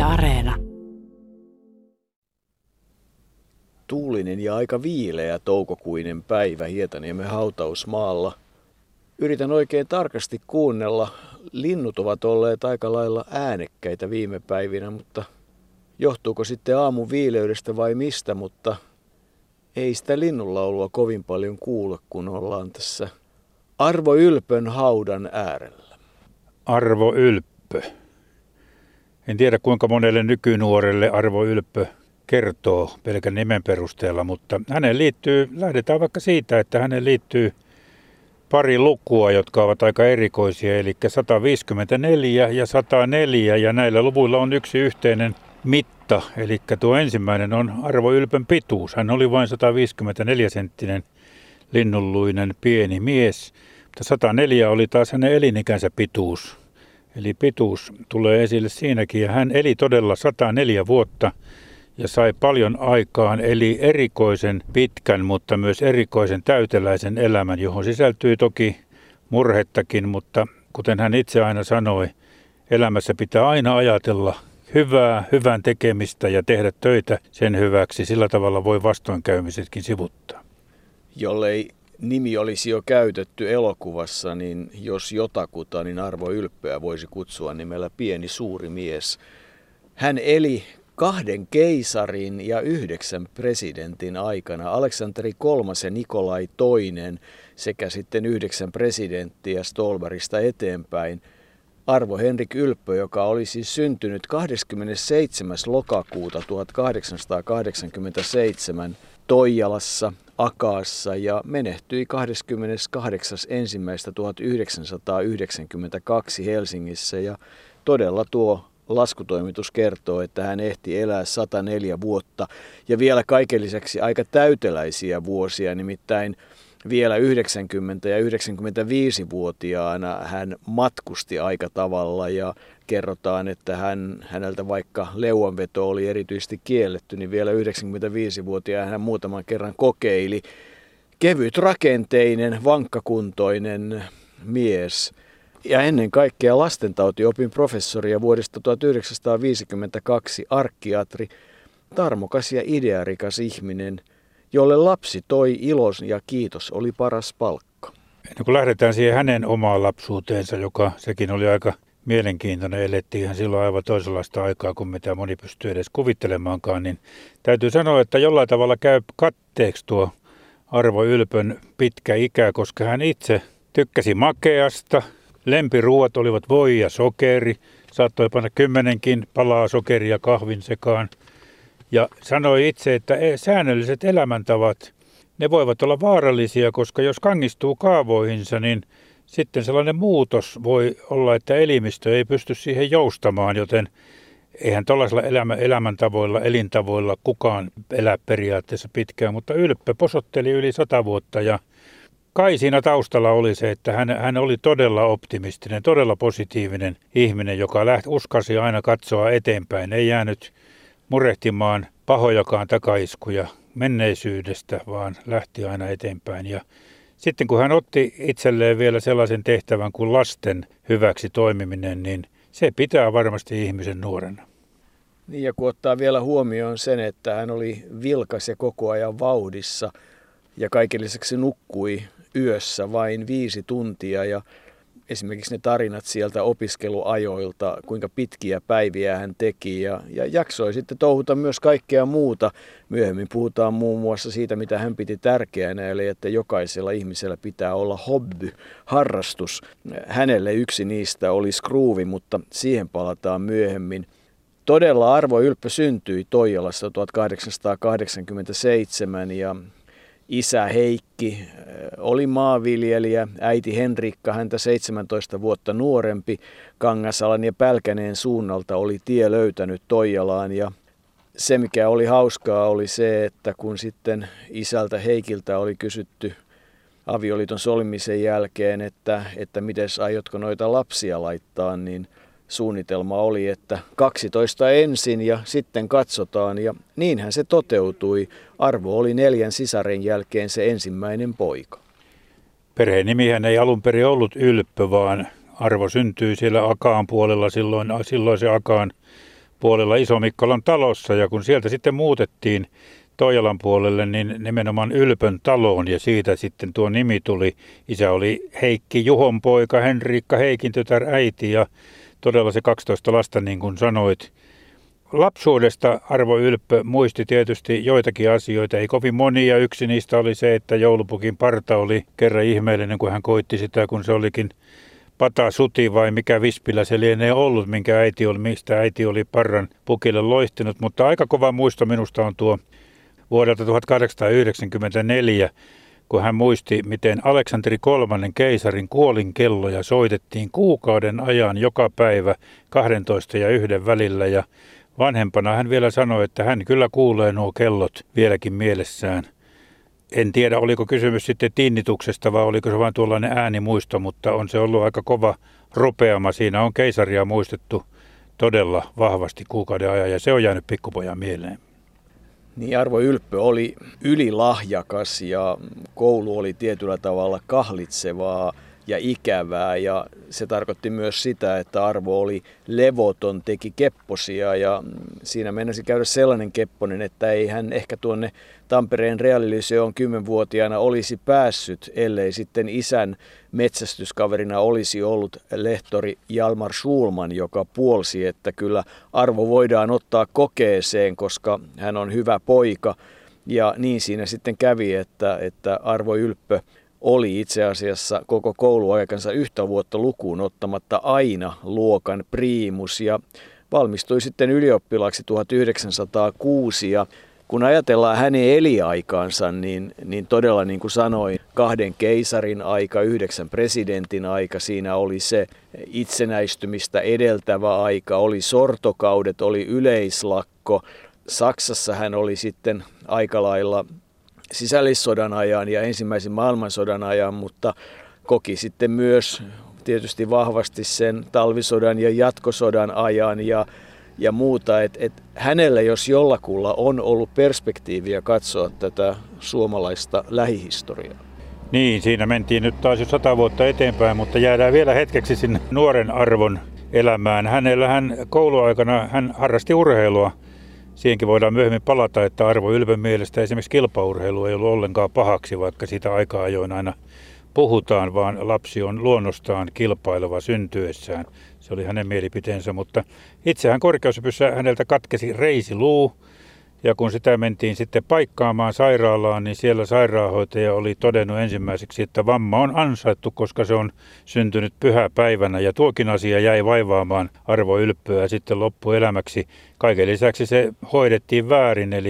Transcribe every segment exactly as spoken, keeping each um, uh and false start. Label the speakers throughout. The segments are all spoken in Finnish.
Speaker 1: Areena.
Speaker 2: Tuulinen ja aika viileä toukokuinen päivä Hietaniemen hautausmaalla. Yritän oikein tarkasti kuunnella. Linnut ovat olleet aika lailla äänekkäitä viime päivinä, mutta johtuuko sitten aamun viileydestä vai mistä, mutta ei sitä linnunlaulua kovin paljon kuule, kun ollaan tässä Arvo Ylpön haudan äärellä.
Speaker 3: Arvo Ylppö. En tiedä kuinka monelle nykynuorelle Arvo Ylppö kertoo pelkän nimen perusteella, mutta häneen liittyy, lähdetään vaikka siitä, että häneen liittyy pari lukua, jotka ovat aika erikoisia, eli sata viisikymmentäneljä ja sata neljä, ja näillä luvuilla on yksi yhteinen mitta, eli tuo ensimmäinen on Arvo Ylpön pituus. Hän oli vain sata viisikymmentäneljä senttinen linnunluinen pieni mies, mutta sata neljä oli taas hänen elinikänsä pituus. Eli pituus tulee esille siinäkin, ja hän eli todella sata neljä vuotta ja sai paljon aikaan, eli erikoisen pitkän, mutta myös erikoisen täyteläisen elämän, johon sisältyy toki murhettakin, mutta kuten hän itse aina sanoi, elämässä pitää aina ajatella hyvää, hyvän tekemistä ja tehdä töitä sen hyväksi. Sillä tavalla voi vastoinkäymisetkin sivuttaa.
Speaker 2: Jollei nimi olisi jo käytetty elokuvassa, niin jos jotakuta, niin Arvo Ylppöä voisi kutsua nimellä pieni suuri mies. Hän eli kahden keisarin ja yhdeksän presidentin aikana, Aleksanteri kolmas ja Nikolai toinen sekä sitten yhdeksän presidenttiä Ståhlbergista eteenpäin. Arvo Henrik Ylppö, joka oli siis syntynyt kahdeskymmenesseitsemäs lokakuuta tuhatkahdeksansataakahdeksankymmentäseitsemän Toijalassa, Akaassa ja menehtyi kahdeskymmeneskahdeksas ensimmäistä tuhatyhdeksänsataayhdeksänkymmentäkaksi Helsingissä, ja todella tuo laskutoimitus kertoo, että hän ehti elää sata neljä vuotta ja vielä kaiken lisäksi aika täyteläisiä vuosia, nimittäin vielä yhdeksänkymmentä- ja yhdeksänkymmentäviisivuotiaana hän matkusti aika tavalla, ja kerrotaan, että hän, häneltä vaikka leuanveto oli erityisesti kielletty, niin vielä yhdeksänkymmentäviisivuotiaana hän muutaman kerran kokeili. Kevyt rakenteinen, vankkakuntoinen mies. Ja ennen kaikkea lastentautiopin professori ja vuodesta tuhatyhdeksänsataaviisikymmentäkaksi arkkiatri, tarmokas ja idearikas ihminen, jolle lapsi toi ilon ja kiitos oli paras palkka.
Speaker 3: No kun lähdetään siihen hänen omaan lapsuuteensa, joka sekin oli aika mielenkiintoinen, elettiin silloin aivan toisenlaista aikaa kuin mitä moni pystyy edes kuvittelemaankaan, niin täytyy sanoa, että jollain tavalla käy katteeksi tuo Arvo Ylpön pitkä ikä, koska hän itse tykkäsi makeasta. Lempiruuat olivat voi ja sokeri, saattoi panna kymmenenkin palaa sokeria kahvin sekaan. Ja sanoi itse, että säännölliset elämäntavat, ne voivat olla vaarallisia, koska jos kangistuu kaavoihinsa, niin sitten sellainen muutos voi olla, että elimistö ei pysty siihen joustamaan, joten eihän tuollaisilla elämä, elämäntavoilla, elintavoilla kukaan elä periaatteessa pitkään, mutta Ylppö posotteli yli sata vuotta, ja kai siinä taustalla oli se, että hän, hän oli todella optimistinen, todella positiivinen ihminen, joka lähti, uskasi aina katsoa eteenpäin, ei jäänyt murehtimaan pahojakaan takaiskuja menneisyydestä, vaan lähti aina eteenpäin. Ja sitten kun hän otti itselleen vielä sellaisen tehtävän kuin lasten hyväksi toimiminen, niin se pitää varmasti ihmisen nuorena.
Speaker 2: Niin, ja kun ottaa vielä huomioon sen, että hän oli vilkas ja koko ajan vauhdissa ja kaiken lisäksi nukkui yössä vain viisi tuntia, ja esimerkiksi ne tarinat sieltä opiskeluajoilta, kuinka pitkiä päiviä hän teki, ja, ja jaksoi sitten touhuta myös kaikkea muuta. Myöhemmin puhutaan muun muassa siitä, mitä hän piti tärkeänä, eli että jokaisella ihmisellä pitää olla hobby, harrastus. Hänelle yksi niistä oli skruuvi, mutta siihen palataan myöhemmin. Todella Arvo Ylppö syntyi Toijalassa tuhatkahdeksansataakahdeksankymmentäseitsemän, ja isä Heikki oli maanviljelijä, äiti Henrikka häntä seitsemäntoista vuotta nuorempi. Kangasalan ja Pälkäneen suunnalta oli tie löytänyt Toijalaan, ja se mikä oli hauskaa oli se, että kun sitten isältä Heikiltä oli kysytty avioliiton solmimisen jälkeen, että, että miten aiotko noita lapsia laittaa, niin suunnitelma oli, että kaksitoista ensin ja sitten katsotaan, ja niinhän se toteutui. Arvo oli neljän sisaren jälkeen se ensimmäinen poika.
Speaker 3: Perheen nimihän ei alun perin ollut Ylppö, vaan Arvo syntyi siellä Akaan puolella, silloin, silloin se Akaan puolella Iso-Mikkolan talossa, ja kun sieltä sitten muutettiin Toijalan puolelle, niin nimenomaan Ylpön taloon, ja siitä sitten tuo nimi tuli. Isä oli Heikki Juhon poika, Henriikka Heikin tytär äiti, ja todella se kaksitoista lasta, niin kuin sanoit. Lapsuudesta Arvo Ylppö muisti tietysti joitakin asioita, ei kovin monia. Yksi niistä oli se, että joulupukin parta oli kerran ihmeellinen, kun hän koitti sitä, kun se olikin pata suti vai mikä vispilä se lienee ollut, minkä äiti oli, mistä äiti oli parran pukille loistinut. Mutta aika kova muisto minusta on tuo vuodelta tuhatkahdeksansataayhdeksänkymmentäneljä, kun hän muisti, miten Aleksanteri kolmannen keisarin kuolinkelloja soitettiin kuukauden ajan joka päivä kahdentoista ja yhden välillä. Ja vanhempana hän vielä sanoi, että hän kyllä kuulee nuo kellot vieläkin mielessään. En tiedä, oliko kysymys sitten tinnituksesta vai oliko se vain tuollainen äänimuisto, mutta on se ollut aika kova rupeama. Siinä on keisaria muistettu todella vahvasti kuukauden ajan ja se on jäänyt pikkupojan mieleen.
Speaker 2: Niin, Arvo Ylppö oli ylilahjakas ja koulu oli tietyllä tavalla kahlitsevaa ja ikävää, ja se tarkoitti myös sitä, että Arvo oli levoton, teki kepposia, ja siinä mennäisi käydä sellainen kepponen, että ei hän ehkä tuonne Tampereen Reaalilyseoon kymmenvuotiaana olisi päässyt, ellei sitten isän metsästyskaverina olisi ollut lehtori Jalmar Schulman, joka puolsi, että kyllä Arvo voidaan ottaa kokeeseen, koska hän on hyvä poika. Ja niin siinä sitten kävi, että, että Arvo Ylppö oli itse asiassa koko kouluaikansa yhtä vuotta lukuun ottamatta aina luokan priimus ja valmistui sitten ylioppilaaksi tuhatyhdeksänsataakuusi. Ja kun ajatellaan hänen eliaikaansa, niin, niin todella niin kuin sanoin, kahden keisarin aika, yhdeksän presidentin aika, siinä oli se itsenäistymistä edeltävä aika, oli sortokaudet, oli yleislakko. Saksassa hän oli sitten aika lailla sisällissodan ajan ja ensimmäisen maailmansodan ajan, mutta koki sitten myös tietysti vahvasti sen talvisodan ja jatkosodan ajan ja, ja muuta. Et, et hänellä, jos jollakulla, on ollut perspektiiviä katsoa tätä suomalaista lähihistoriaa.
Speaker 3: Niin, siinä mentiin nyt taas jo sata vuotta eteenpäin, mutta jäädään vielä hetkeksi sinne nuoren Arvon elämään. Hänellä hän kouluaikana hän harrasti urheilua. Siihenkin voidaan myöhemmin palata, että Arvo Ylpön mielestä esimerkiksi kilpaurheilu ei ollut ollenkaan pahaksi, vaikka sitä aika ajoin aina puhutaan, vaan lapsi on luonnostaan kilpaileva syntyessään. Se oli hänen mielipiteensä, mutta itsehän korkeushypyssä häneltä katkesi reisiluu. Ja kun sitä mentiin sitten paikkaamaan sairaalaan, niin siellä sairaanhoitaja oli todennut ensimmäiseksi, että vamma on ansaittu, koska se on syntynyt pyhäpäivänä. Ja tuokin asia jäi vaivaamaan Arvo Ylppöä sitten loppuelämäksi. Kaiken lisäksi se hoidettiin väärin, eli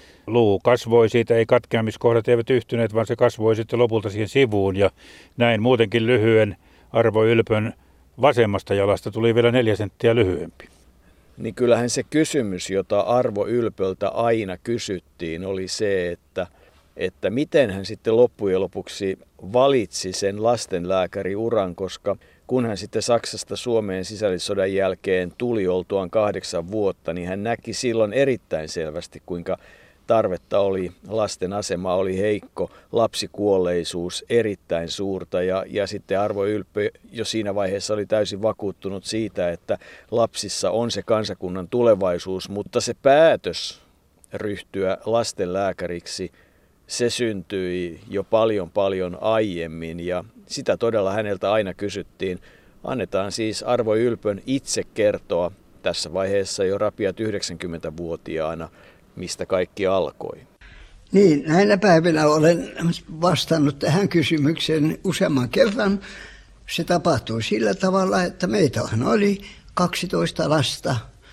Speaker 3: luu kasvoi siitä, ei katkeamiskohdat eivät yhtyneet, vaan se kasvoi sitten lopulta siihen sivuun. Ja näin muutenkin lyhyen Arvo Ylpön vasemmasta jalasta tuli vielä neljä senttiä lyhyempi.
Speaker 2: Niin kyllähän se kysymys, jota Arvo Ylpöltä aina kysyttiin, oli se, että, että miten hän sitten loppujen lopuksi valitsi sen lastenlääkäriuran, koska kun hän sitten Saksasta Suomeen sisällissodan jälkeen tuli oltuaan kahdeksan vuotta, niin hän näki silloin erittäin selvästi, kuinka tarvetta oli, lasten asema oli heikko, lapsikuolleisuus erittäin suurta ja, ja sitten Arvo Ylppö jo siinä vaiheessa oli täysin vakuuttunut siitä, että lapsissa on se kansakunnan tulevaisuus, mutta se päätös ryhtyä lastenlääkäriksi, se syntyi jo paljon paljon aiemmin ja sitä todella häneltä aina kysyttiin. Annetaan siis Arvo Ylpön itse kertoa tässä vaiheessa jo rapiat yhdeksänkymmentävuotiaana, mistä kaikki alkoi.
Speaker 1: Niin, näinä päivinä olen vastannut tähän kysymykseen useamman kerran. Se tapahtui sillä tavalla, että meitähän oli kaksitoista lasta,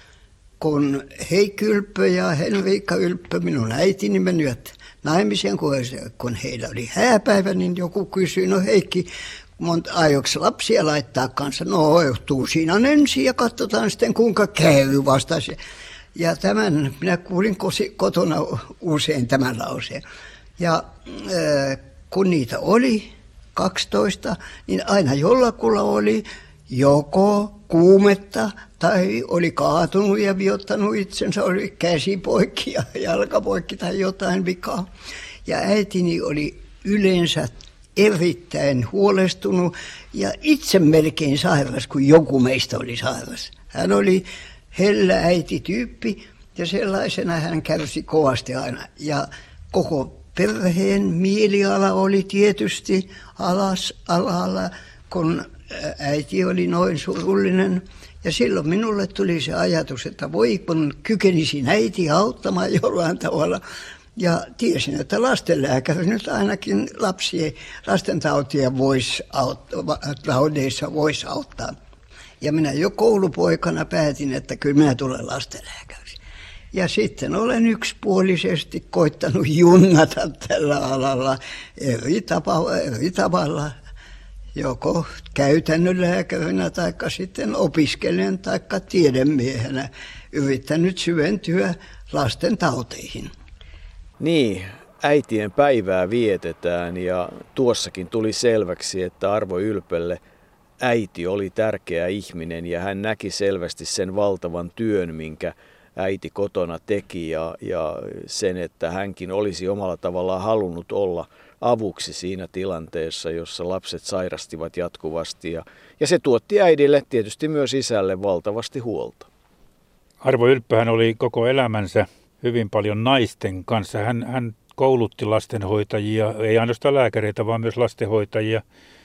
Speaker 1: kun Heikki Ylppö ja Henriikka Ylppö, minun äitini, menivät naimisiin, kun heillä oli hääpäivä, niin joku kysyi, no Heikki, monta aioksi lapsia laittaa kanssa? No, tuu siinä ensin ja katsotaan sitten kuinka käy vastasi. Ja tämän, minä kuulin kotona usein tämän lauseen. Ja äh, kun niitä oli kaksitoista, niin aina jollakulla oli joko kuumetta tai oli kaatunut ja viottanut itsensä, oli käsi poikki ja jalka poikki tai jotain vikaa. Ja äitini oli yleensä erittäin huolestunut ja itse melkein sairas, kun joku meistä oli sairas. Hän oli hellä äitityyppi ja sellaisena hän kärsi kovasti aina. Ja koko perheen mieliala oli tietysti alas alalla, kun äiti oli noin surullinen. Ja silloin minulle tuli se ajatus, että voi kun kykenisin äiti auttamaan jollain tavalla. Ja tiesin, että lastenlääkäri nyt ainakin lapsien lastentautia voisi auttaa, taudeissa voisi auttaa. Ja minä jo koulupoikana päätin, että kyllä minä tulen lastenlääkäriksi. Ja sitten olen yksipuolisesti koittanut junnata tällä alalla eri, tapa, eri tavalla. Joko käytännön lääkärinä tai sitten opiskelijan tai tiedemiehenä yrittänyt syventyä lasten tauteihin.
Speaker 2: Niin, äitien päivää vietetään ja tuossakin tuli selväksi, että Arvo Ylppölle äiti oli tärkeä ihminen ja hän näki selvästi sen valtavan työn, minkä äiti kotona teki ja, ja sen, että hänkin olisi omalla tavallaan halunnut olla avuksi siinä tilanteessa, jossa lapset sairastivat jatkuvasti. Ja, ja se tuotti äidille, tietysti myös isälle, valtavasti huolta.
Speaker 3: Arvo Ylppöhän oli koko elämänsä hyvin paljon naisten kanssa. Hän, hän koulutti lastenhoitajia, ei ainoastaan lääkäreitä, vaan myös lastenhoitajia.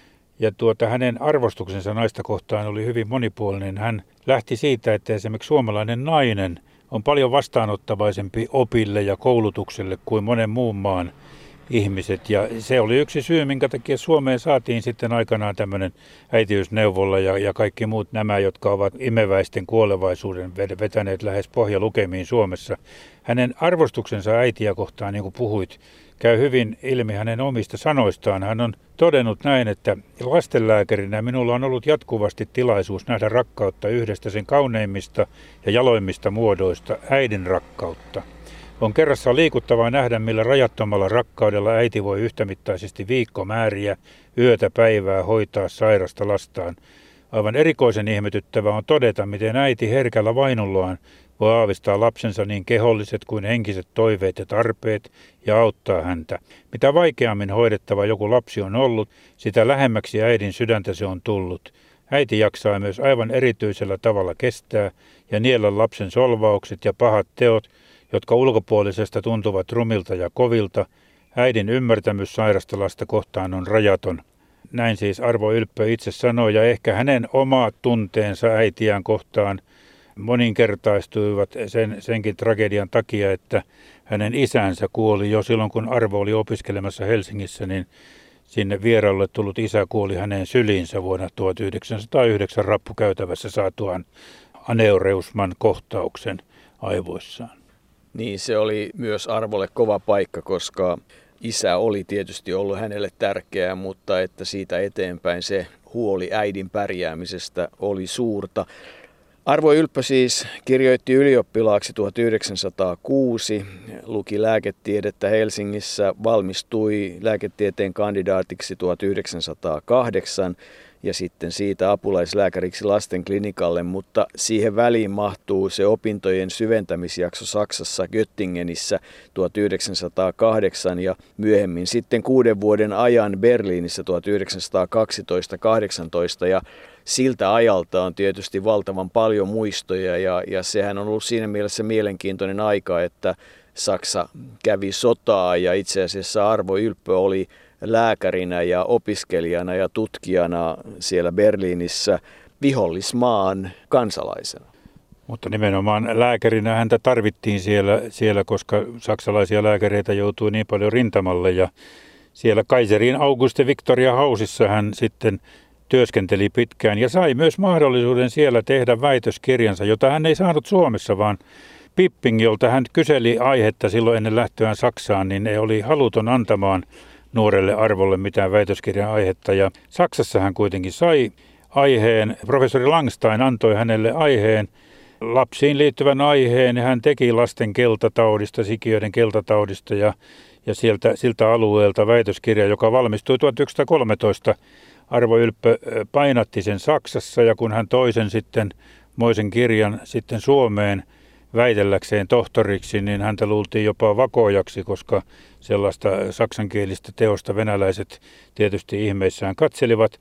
Speaker 3: Ja tuota, hänen arvostuksensa naista kohtaan oli hyvin monipuolinen. Hän lähti siitä, että esimerkiksi suomalainen nainen on paljon vastaanottavaisempi opille ja koulutukselle kuin monen muun maan ihmiset. Ja se oli yksi syy, minkä takia Suomeen saatiin sitten aikanaan tämmöinen äitiysneuvola ja, ja kaikki muut nämä, jotka ovat imeväisten kuolevaisuuden vetäneet lähes pohjalukemiin Suomessa. Hänen arvostuksensa äitiä kohtaan, niin kuin puhuit, käy hyvin ilmi hänen omista sanoistaan. Hän on todennut näin, että lastenlääkärinä minulla on ollut jatkuvasti tilaisuus nähdä rakkautta yhdestä sen kauneimmista ja jaloimmista muodoista, äidin rakkautta. On kerrassaan liikuttavaa nähdä, millä rajattomalla rakkaudella äiti voi yhtämittaisesti viikkomääriä, yötä päivää hoitaa sairasta lastaan. Aivan erikoisen ihmetyttävää on todeta, miten äiti herkällä vainollaan voi aavistaa lapsensa niin keholliset kuin henkiset toiveet ja tarpeet ja auttaa häntä. Mitä vaikeammin hoidettava joku lapsi on ollut, sitä lähemmäksi äidin sydäntä se on tullut. Äiti jaksaa myös aivan erityisellä tavalla kestää ja niellä lapsen solvaukset ja pahat teot, jotka ulkopuolisesta tuntuvat rumilta ja kovilta. Äidin ymmärtämys sairasta lasta kohtaan on rajaton. Näin siis Arvo Ylppö itse sanoi, ja ehkä hänen omat tunteensa äitiään kohtaan moninkertaistuivat sen, senkin tragedian takia, että hänen isänsä kuoli jo silloin, kun Arvo oli opiskelemassa Helsingissä, niin sinne vierailulle tullut isä kuoli hänen syliinsä vuonna tuhatyhdeksänsataayhdeksän rappukäytävässä saatuaan aneureusman kohtauksen aivoissaan.
Speaker 2: Niin, se oli myös Arvolle kova paikka, koska isä oli tietysti ollut hänelle tärkeää, mutta että siitä eteenpäin se huoli äidin pärjäämisestä oli suurta. Arvo Ylppö siis kirjoitti ylioppilaaksi tuhatyhdeksänsataakuusi, luki lääketiedettä Helsingissä, valmistui lääketieteen kandidaatiksi tuhatyhdeksänsataakahdeksan ja sitten siitä apulaislääkäriksi lastenklinikalle, mutta siihen väliin mahtuu se opintojen syventämisjakso Saksassa Göttingenissä tuhatyhdeksänsataakahdeksan ja myöhemmin sitten kuuden vuoden ajan Berliinissä tuhatyhdeksänsataakaksitoista kahdeksantoista ja siltä ajalta on tietysti valtavan paljon muistoja ja, ja sehän on ollut siinä mielessä mielenkiintoinen aika, että Saksa kävi sotaa ja itse asiassa Arvo Ylppö oli lääkärinä ja opiskelijana ja tutkijana siellä Berliinissä vihollismaan kansalaisena.
Speaker 3: Mutta nimenomaan lääkärinä häntä tarvittiin siellä, siellä, koska saksalaisia lääkäreitä joutui niin paljon rintamalle. Ja siellä Kaiserin Auguste Victoria Hausissa hän sitten työskenteli pitkään ja sai myös mahdollisuuden siellä tehdä väitöskirjansa, jota hän ei saanut Suomessa, vaan Pipping, jolta hän kyseli aihetta silloin ennen lähtöään Saksaan, niin ei oli haluton antamaan nuorelle Arvolle mitään väitöskirjan aihetta. Ja Saksassa hän kuitenkin sai aiheen. Professori Langstein antoi hänelle aiheen, lapsiin liittyvän aiheen. Hän teki lasten keltataudista, sikiöiden keltataudista ja, ja sieltä, siltä alueelta väitöskirja, joka valmistui tuhatyhdeksänsataakolmetoista. Arvo Ylppö painatti sen Saksassa ja kun hän toi sen sitten moisen kirjan sitten Suomeen väitelläkseen tohtoriksi, niin häntä luultiin jopa vakojaksi, koska sellaista saksankielistä teosta venäläiset tietysti ihmeissään katselivat.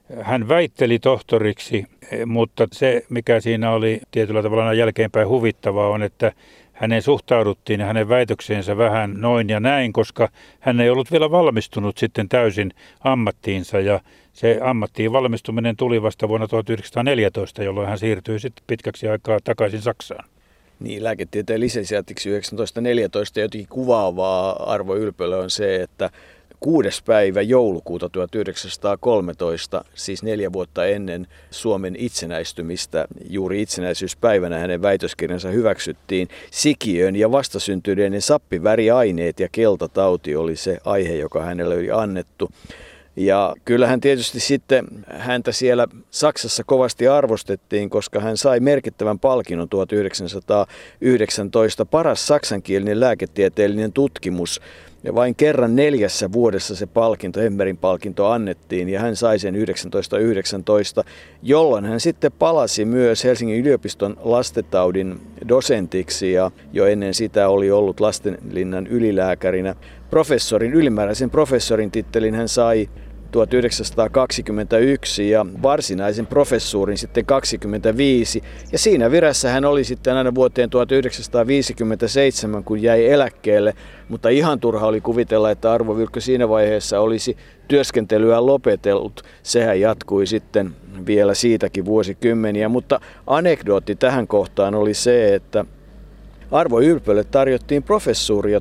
Speaker 3: Hän väitteli tohtoriksi, mutta se mikä siinä oli tietyllä tavalla jälkeenpäin huvittavaa on, että hänen suhtauduttiin ja hänen väitökseensä vähän noin ja näin, koska hän ei ollut vielä valmistunut sitten täysin ammattiinsa ja se ammattiin valmistuminen tuli vasta vuonna tuhatyhdeksänsataaneljätoista, jolloin hän siirtyi sitten pitkäksi aikaa takaisin Saksaan.
Speaker 2: Niin, lääketieteen lisensiaatiksi yhdeksäntoistaneljätoista jotenkin kuvaavaa Arvo Ylpölle on se, että kuudes päivä joulukuuta tuhatyhdeksänsataakolmetoista, siis neljä vuotta ennen Suomen itsenäistymistä, juuri itsenäisyyspäivänä hänen väitöskirjansa hyväksyttiin. Sikiön ja vastasyntyneiden sappiväriaineet ja keltatauti oli se aihe, joka hänelle oli annettu. Ja kyllähän tietysti sitten häntä siellä Saksassa kovasti arvostettiin, koska hän sai merkittävän palkinnon tuhatyhdeksänsataayhdeksäntoista, paras saksankielinen lääketieteellinen tutkimus. Ja vain kerran neljässä vuodessa se palkinto, Hemmerin palkinto annettiin ja hän sai sen yhdeksäntoista, jolloin hän sitten palasi myös Helsingin yliopiston lastentaudin dosentiksi ja jo ennen sitä oli ollut Lastenlinnan ylilääkärinä. Professorin, ylimääräisen professorin tittelin hän sai tuhatyhdeksänsataakaksikymmentäyksi ja varsinaisen professuurin sitten kaksikymmentäviisi. Ja siinä virassa hän oli sitten aina vuoteen tuhatyhdeksänsataaviisikymmentäseitsemän, kun jäi eläkkeelle. Mutta ihan turha oli kuvitella, että Arvo Ylppö siinä vaiheessa olisi työskentelyä lopetellut. Sehän jatkui sitten vielä siitäkin vuosikymmeniä. Mutta anekdootti tähän kohtaan oli se, että Arvo Ylppölle tarjottiin professuuria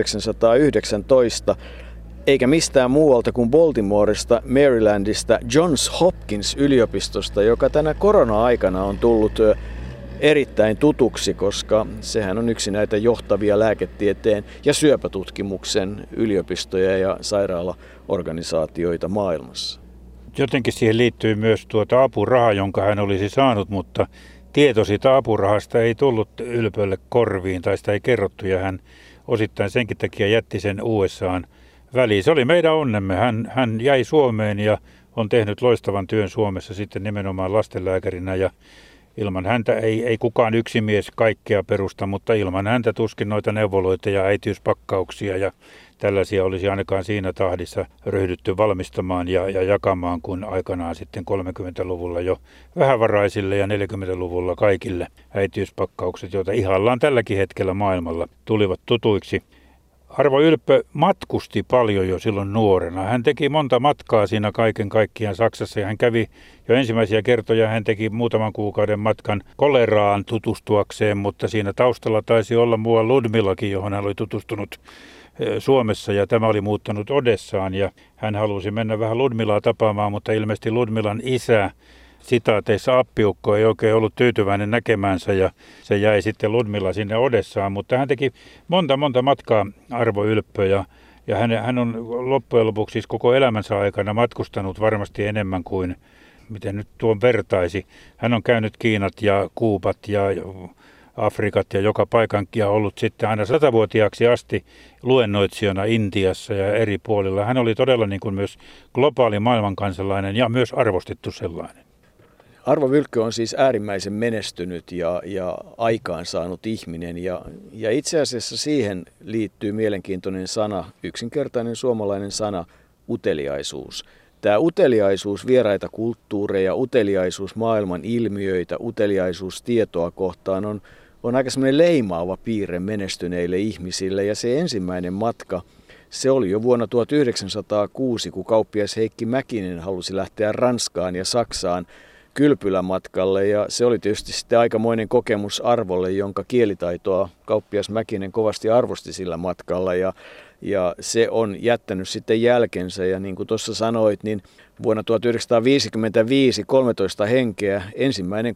Speaker 2: tuhatyhdeksänsataayhdeksäntoista, eikä mistään muualta kuin Baltimoresta, Marylandista, Johns Hopkins yliopistosta, joka tänä korona-aikana on tullut erittäin tutuksi, koska sehän on yksi näitä johtavia lääketieteen ja syöpätutkimuksen yliopistoja ja sairaalaorganisaatioita maailmassa.
Speaker 3: Jotenkin siihen liittyy myös tuota apuraha, jonka hän olisi saanut, mutta tieto siitä apurahasta ei tullut Ylpölle korviin tai sitä ei kerrottu ja hän osittain senkin takia jätti sen U S A:n väliin. Se oli meidän onnemme. Hän, hän jäi Suomeen ja on tehnyt loistavan työn Suomessa sitten nimenomaan lastenlääkärinä ja ilman häntä ei, ei kukaan yksi mies kaikkea perusta, mutta ilman häntä tuskin noita neuvoloita ja äitiyspakkauksia ja tällaisia olisi ainakaan siinä tahdissa ryhdytty valmistamaan ja, ja jakamaan, kun aikanaan sitten kolmekymmentäluvulla jo vähävaraisille ja neljäkymmentäluvulla kaikille äitiyspakkaukset, joita ihallaan tälläkin hetkellä maailmalla tulivat tutuiksi. Arvo Ylppö matkusti paljon jo silloin nuorena. Hän teki monta matkaa siinä kaiken kaikkiaan Saksassa ja hän kävi jo ensimmäisiä kertoja, hän teki muutaman kuukauden matkan koleraan tutustuakseen, mutta siinä taustalla taisi olla muuan Ludmillakin, johon hän oli tutustunut Suomessa ja tämä oli muuttanut Odessaan ja hän halusi mennä vähän Ludmilaa tapaamaan, mutta ilmeisesti Ludmilan isä sitaateissa appiukko ei oikein ollut tyytyväinen näkemänsä ja se jäi sitten Ludmilla sinne Odessaan, mutta hän teki monta monta matkaa Arvo Ylppö ja, ja hän, hän on loppujen lopuksi siis koko elämänsä aikana matkustanut varmasti enemmän kuin, miten nyt tuon vertaisi. Hän on käynyt Kiinat ja Kuubat ja Afrikat ja joka paikan ja ollut sitten aina satavuotiaaksi asti luennoitsijana Intiassa ja eri puolilla. Hän oli todella niin kuin myös globaali maailmankansalainen ja myös arvostettu sellainen.
Speaker 2: Arvo Ylppö on siis äärimmäisen menestynyt ja, ja aikaansaanut ihminen ja, ja itse asiassa siihen liittyy mielenkiintoinen sana, yksinkertainen suomalainen sana, uteliaisuus. Tämä uteliaisuus vieraita kulttuureja, uteliaisuus maailman ilmiöitä, uteliaisuus tietoa kohtaan on, on aika semmoinen leimaava piirre menestyneille ihmisille ja se ensimmäinen matka, se oli jo vuonna tuhatyhdeksänsataakuusi, kun kauppias Heikki Mäkinen halusi lähteä Ranskaan ja Saksaan kylpylämatkalle ja se oli tietysti sitten aikamoinen kokemus Arvolle, jonka kielitaitoa kauppias Mäkinen kovasti arvosti sillä matkalla ja, ja se on jättänyt sitten jälkensä ja niin kuin tuossa sanoit, niin vuonna tuhatyhdeksänsataaviisikymmentäviisi kolmetoista henkeä ensimmäinen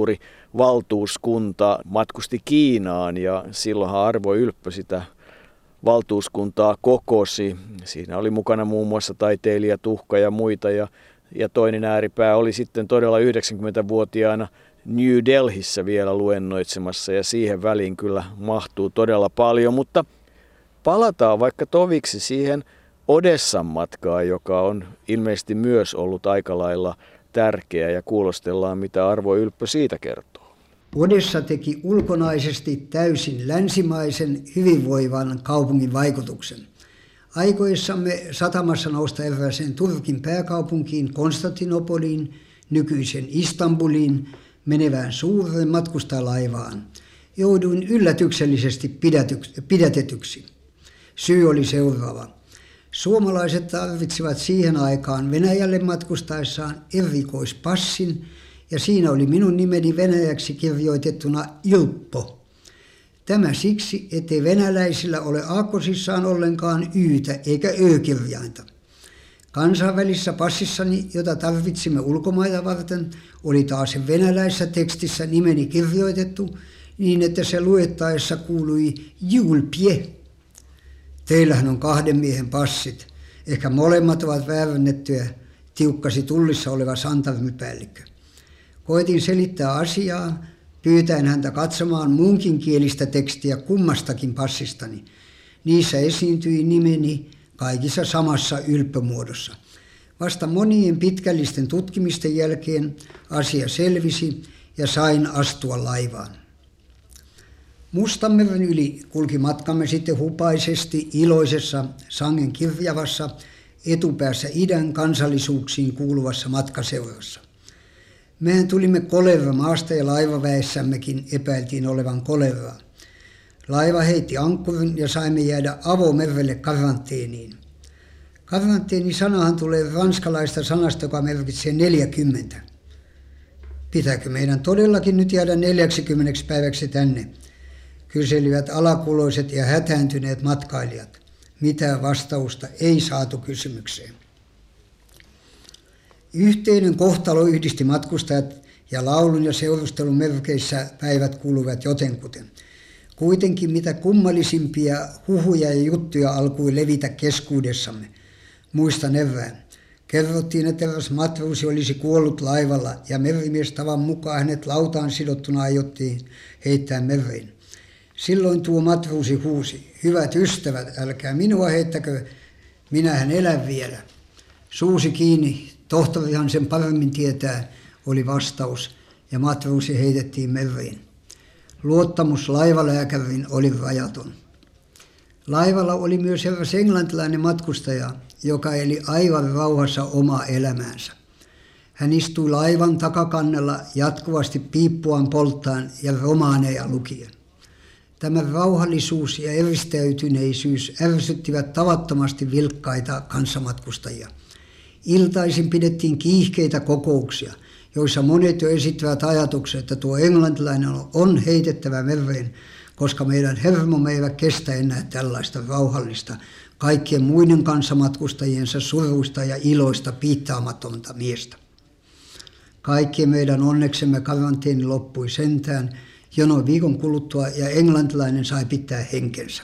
Speaker 2: kulttuurivaltuuskunta matkusti Kiinaan ja silloinhan Arvo Ylppö sitä valtuuskuntaa kokosi. Siinä oli mukana muun muassa taiteilija Tuhka ja muita ja Ja toinen ääripää oli sitten todella yhdeksänkymmentävuotiaana New Delhissä vielä luennoitsemassa ja siihen väliin kyllä mahtuu todella paljon. Mutta palataan vaikka toviksi siihen Odessan matkaan, joka on ilmeisesti myös ollut aika lailla tärkeä ja kuulostellaan mitä Arvo Ylppö siitä kertoo.
Speaker 4: Odessa teki ulkonaisesti täysin länsimaisen hyvinvoivan kaupungin vaikutuksen.
Speaker 1: Aikoissamme satamassa nousta erääseen Turkin pääkaupunkiin Konstantinopoliin, nykyisen Istanbuliin, menevään suureen matkustajalaivaan. Jouduin yllätyksellisesti pidätetyksi. Syy oli seuraava. Suomalaiset tarvitsivat siihen aikaan Venäjälle matkustaessaan erikoispassin, ja siinä oli minun nimeni venäjäksi kirjoitettuna Ilppo. Tämä siksi, ettei venäläisillä ole aakkosissaan ollenkaan yytä eikä ö-kirjainta. Kansainvälisessä passissani, jota tarvitsimme ulkomaita varten, oli taas venäläisessä tekstissä nimeni kirjoitettu niin, että se luettaessa kuului Julpie. Teillähän on kahden miehen passit. Ehkä molemmat ovat väärännettyjä, tiukkasi tullissa oleva santarmipäällikkö. Koetin selittää asiaa, pyytäen häntä katsomaan muunkin kielistä tekstiä kummastakin passistani. Niissä esiintyi nimeni kaikissa samassa ylppömuodossa. Vasta monien pitkällisten tutkimisten jälkeen asia selvisi ja sain astua laivaan. Mustanmeren yli kulki matkamme sitten hupaisesti iloisessa sangen kirjavassa etupäässä idän kansallisuuksiin kuuluvassa matkaseurassa. Mehän tulimme kolera-maasta ja laivaväessämmekin epäiltiin olevan koleraa. Laiva heitti ankkurin ja saimme jäädä avomerelle karanteeniin. Karanteeni-sanahan tulee ranskalaista sanasta, joka merkitsee neljäkymmentä. Pitääkö meidän todellakin nyt jäädä neljäksikymmeneksi päiväksi tänne? Kyselivät alakuloiset ja hätääntyneet matkailijat. Mitään vastausta ei saatu kysymykseen. Yhteinen kohtalo yhdisti matkustajat ja laulun ja seurustelun merkeissä päivät kuluivat jotenkuten. Kuitenkin mitä kummallisimpia huhuja ja juttuja alkoi levitä keskuudessamme. Muistan erään. Kerrottiin, että eräs matruusi olisi kuollut laivalla ja merimies tavan mukaan hänet lautaan sidottuna aiottiin heittää mereen. Silloin tuo matruusi huusi, hyvät ystävät, älkää minua heittäkö, minähän elän vielä. Suusi kiinni, tohtorihan sen paremmin tietää, oli vastaus, ja matruusi heitettiin mereen. Luottamus laivalääkäriin oli rajaton. Laivalla oli myös eräs englantilainen matkustaja, joka eli aivan rauhassa omaa elämäänsä. Hän istui laivan takakannella jatkuvasti piippuaan polttaan ja romaaneja lukien. Tämä rauhallisuus ja eristäytyneisyys ärsyttivät tavattomasti vilkkaita kanssamatkustajia. Iltaisin pidettiin kiihkeitä kokouksia, joissa monet jo esittivät ajatuksen, että tuo englantilainen on heitettävä mereen, koska meidän hermomme eivät kestä enää tällaista rauhallista, kaikkien muiden kanssamatkustajiensa suruista ja iloista piittaamatonta miestä. Kaikkien meidän onneksemme karanteeni loppui sentään, jo noin viikon kuluttua, ja englantilainen sai pitää henkensä.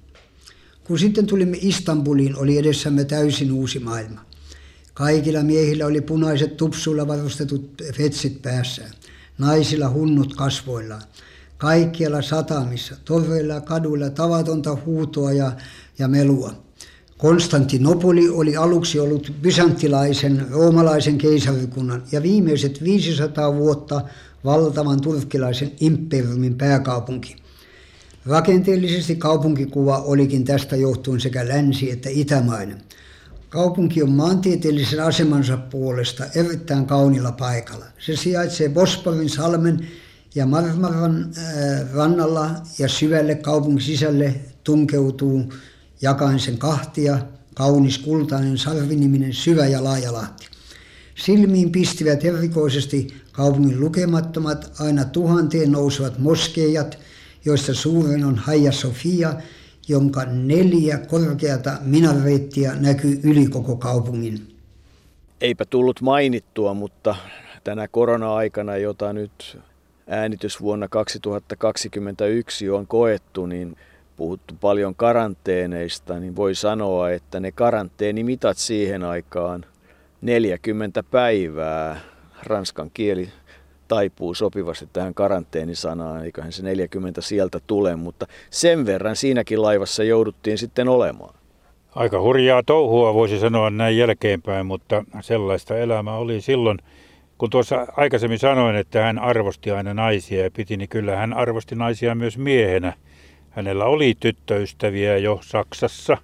Speaker 1: Kun sitten tulimme Istanbuliin, oli edessämme täysin uusi maailma. Kaikilla miehillä oli punaiset tupsuilla varustetut fetsit päässään, naisilla hunnut kasvoillaan. Kaikkialla satamissa, torveilla ja kaduilla tavatonta huutoa ja, ja melua. Konstantinopoli oli aluksi ollut bysanttilaisen, roomalaisen keisarikunnan ja viimeiset viisisataa vuotta valtavan turkkilaisen imperiumin pääkaupunki. Rakenteellisesti kaupunkikuva olikin tästä johtuen sekä länsi- että itämainen. Kaupunki on maantieteellisen asemansa puolesta erittäin kaunilla paikalla. Se sijaitsee Bosporin salmen ja Marmaran äh, rannalla ja syvälle kaupungin sisälle tunkeutuu jakaen sen kahtia kaunis kultainen sarviniminen syvä ja laaja lahti. Silmiin pistivät erikoisesti kaupungin lukemattomat aina tuhanteen nousevat moskeijat, joista suurin on Hagia Sophia, jonka neljä korkeata minareettia näkyy yli koko kaupungin.
Speaker 2: Eipä tullut mainittua, mutta tänä korona-aikana, jota nyt äänitysvuonna kaksituhattakaksikymmentäyksi on koettu, niin puhuttu paljon karanteeneista, niin voi sanoa, että ne karanteenimitat siihen aikaan neljäkymmentä päivää. Ranskan kieli taipuu sopivasti tähän karanteenisanaan, eiköhän se neljäkymmentä sieltä tule, mutta sen verran siinäkin laivassa jouduttiin sitten olemaan.
Speaker 3: Aika hurjaa touhua voisi sanoa näin jälkeenpäin, mutta sellaista elämää oli silloin. Kun tuossa aikaisemmin sanoin, että hän arvosti aina naisia ja piti, niin kyllä hän arvosti naisia myös miehenä. Hänellä oli tyttöystäviä jo Saksassa,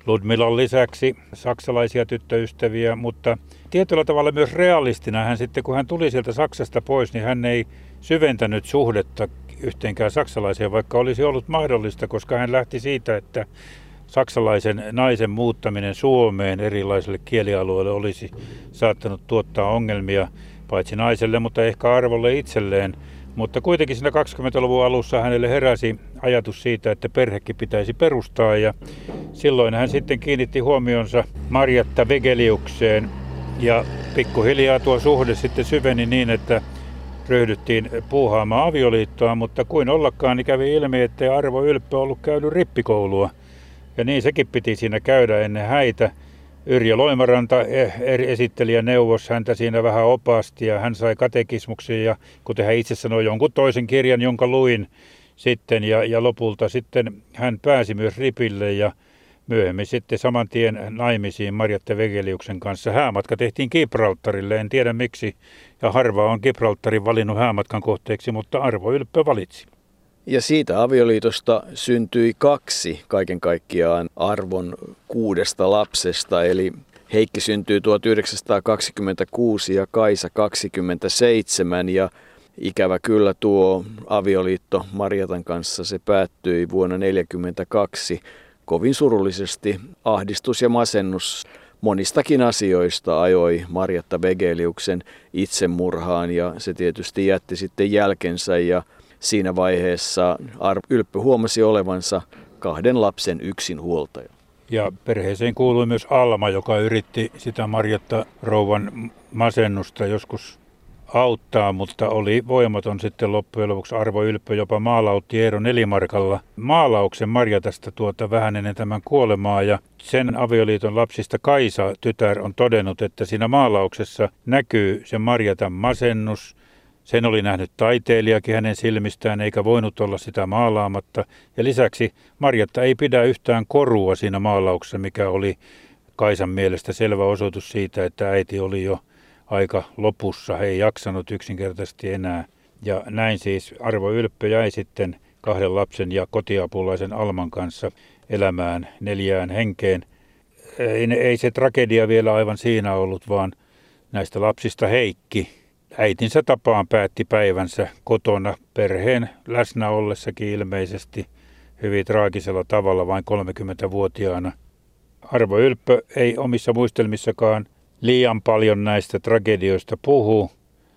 Speaker 3: Ludmilan lisäksi saksalaisia tyttöystäviä, mutta tietyllä tavalla myös realistina hän sitten, kun hän tuli sieltä Saksasta pois, niin hän ei syventänyt suhdetta yhteenkään saksalaiseen, vaikka olisi ollut mahdollista, koska hän lähti siitä, että saksalaisen naisen muuttaminen Suomeen erilaisille kielialueille olisi saattanut tuottaa ongelmia paitsi naiselle, mutta ehkä Arvolle itselleen. Mutta kuitenkin siinä kaksikymmentäluvun alussa hänelle heräsi ajatus siitä, että perhekin pitäisi perustaa, ja silloin hän sitten kiinnitti huomionsa Marjatta Wegeliukseen, ja pikkuhiljaa tuo suhde sitten syveni niin, että ryhdyttiin puuhaamaan avioliittoa, mutta kuin ollakaan niin kävi ilmi, ettei Arvo Ylppö ollut käynyt rippikoulua, ja niin sekin piti siinä käydä ennen häitä. Yrjö Loimaranta esitteli ja neuvos häntä siinä vähän opasti, ja hän sai katekismuksen, ja kuten hän itse sanoi, jonkun toisen kirjan, jonka luin sitten, ja, ja lopulta sitten hän pääsi myös ripille, ja myöhemmin sitten saman tien naimisiin Marjatta Wegeliuksen kanssa. Häämatka tehtiin Gibraltarille, en tiedä miksi, ja harva on Gibraltarin valinnut häämatkan kohteeksi, mutta Arvo Ylppö valitsi.
Speaker 2: Ja siitä avioliitosta syntyi kaksi kaiken kaikkiaan Arvon kuudesta lapsesta, eli Heikki syntyi tuhatyhdeksänsataakaksikymmentäkuusi ja Kaisa kaksikymmentäseitsemän, ja ikävä kyllä tuo avioliitto Marjatan kanssa se päättyi vuonna tuhatyhdeksänsataaneljäkymmentäkaksi kovin surullisesti. Ahdistus ja masennus monistakin asioista ajoi Marjatta Wegeliuksen itsemurhaan, ja se tietysti jätti sitten jälkensä, ja siinä vaiheessa Arvo Ylppö huomasi olevansa kahden lapsen yksinhuoltaja.
Speaker 3: Ja perheeseen kuului myös Alma, joka yritti sitä Marjatta rouvan masennusta joskus auttaa, mutta oli voimaton sitten loppujen lopuksi. Arvo Ylppö jopa maalautti Eero Nelimarkalla maalauksen Marjatasta tuota vähän ennen tämän kuolemaa, ja sen avioliiton lapsista Kaisa, tytär, on todennut, että siinä maalauksessa näkyy se Marjatan masennus. Sen oli nähnyt taiteilijakin hänen silmistään, eikä voinut olla sitä maalaamatta. Ja lisäksi Marjatta ei pidä yhtään korua siinä maalauksessa, mikä oli Kaisan mielestä selvä osoitus siitä, että äiti oli jo aika lopussa. He ei jaksanut yksinkertaisesti enää. Ja näin siis Arvo Ylppö jäi sitten kahden lapsen ja kotiapulaisen Alman kanssa elämään neljään henkeen. Ei, ei se tragedia vielä aivan siinä ollut, vaan näistä lapsista Heikki äitinsä tapaan päätti päivänsä kotona perheen läsnä ollessakin ilmeisesti hyvin traagisella tavalla vain kolmekymmentävuotiaana. Arvo Ylppö ei omissa muistelmissakaan liian paljon näistä tragedioista puhu.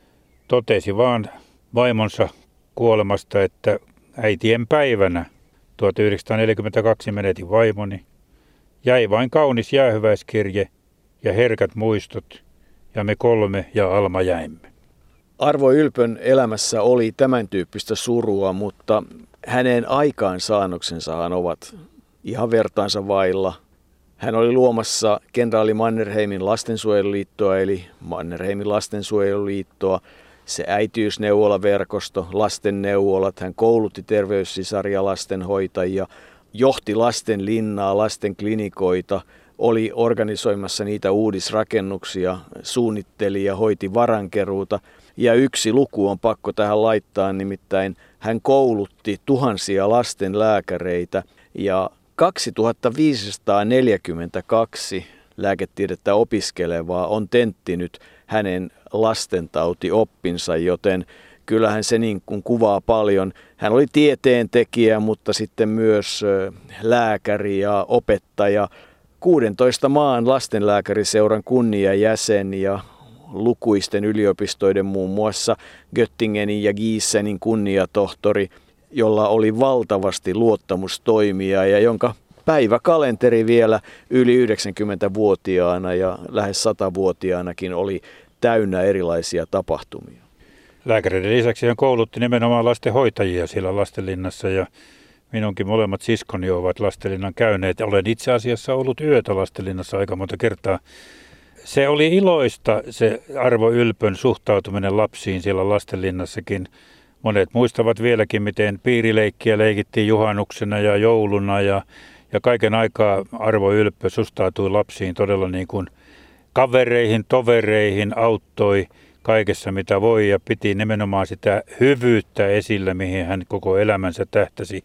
Speaker 3: Totesi vaan vaimonsa kuolemasta, että äitien päivänä tuhatyhdeksänsataaneljäkymmentäkaksi menetin vaimoni. Jäi vain kaunis jäähyväiskirje ja herkät muistot, ja me kolme ja Alma jäimme.
Speaker 2: Arvo Ylpön elämässä oli tämän tyyppistä surua, mutta hänen aikaansaannoksensahan ovat ihan vertaansa vailla. Hän oli luomassa kenraali Mannerheimin lastensuojeluliittoa, eli Mannerheimin lastensuojeluliittoa, se äitiysneuvolaverkosto, lastenneuvolat, hän koulutti terveyssisaria, lastenhoitajia, johti lastenlinnaa, lastenklinikoita, oli organisoimassa niitä uudisrakennuksia, suunnitteli ja hoiti varankeruuta. Ja yksi luku on pakko tähän laittaa, nimittäin hän koulutti tuhansia lastenlääkäreitä, ja kaksituhattaviisisataaneljäkymmentäkaksi lääketiedettä opiskelevaa on tenttinyt hänen lastentautioppinsa, joten kyllähän se niin kuin kuvaa paljon. Hän oli tieteentekijä, mutta sitten myös lääkäri ja opettaja, kuudentoista maan lastenlääkäriseuran kunniajäsen ja lukuisten yliopistoiden, muun muassa Göttingenin ja Gießenin kunniatohtori, jolla oli valtavasti luottamustoimia ja jonka päiväkalenteri vielä yli yhdeksänkymmentävuotiaana ja lähes satavuotiaanakin oli täynnä erilaisia tapahtumia.
Speaker 3: Lääkäreiden lisäksi hän koulutti nimenomaan lastenhoitajia siellä lastenlinnassa, ja minunkin molemmat siskoni ovat lastenlinnan käyneet. Olen itse asiassa ollut yötä lastenlinnassa aika monta kertaa. Se oli iloista se Arvo Ylpön suhtautuminen lapsiin siellä lastenlinnassakin. Monet muistavat vieläkin, miten piirileikkiä leikittiin juhannuksena ja jouluna, ja, ja kaiken aikaa Arvo Ylppö suhtautui lapsiin todella niin kuin kavereihin, tovereihin, auttoi kaikessa mitä voi ja piti nimenomaan sitä hyvyyttä esillä, mihin hän koko elämänsä tähtäsi.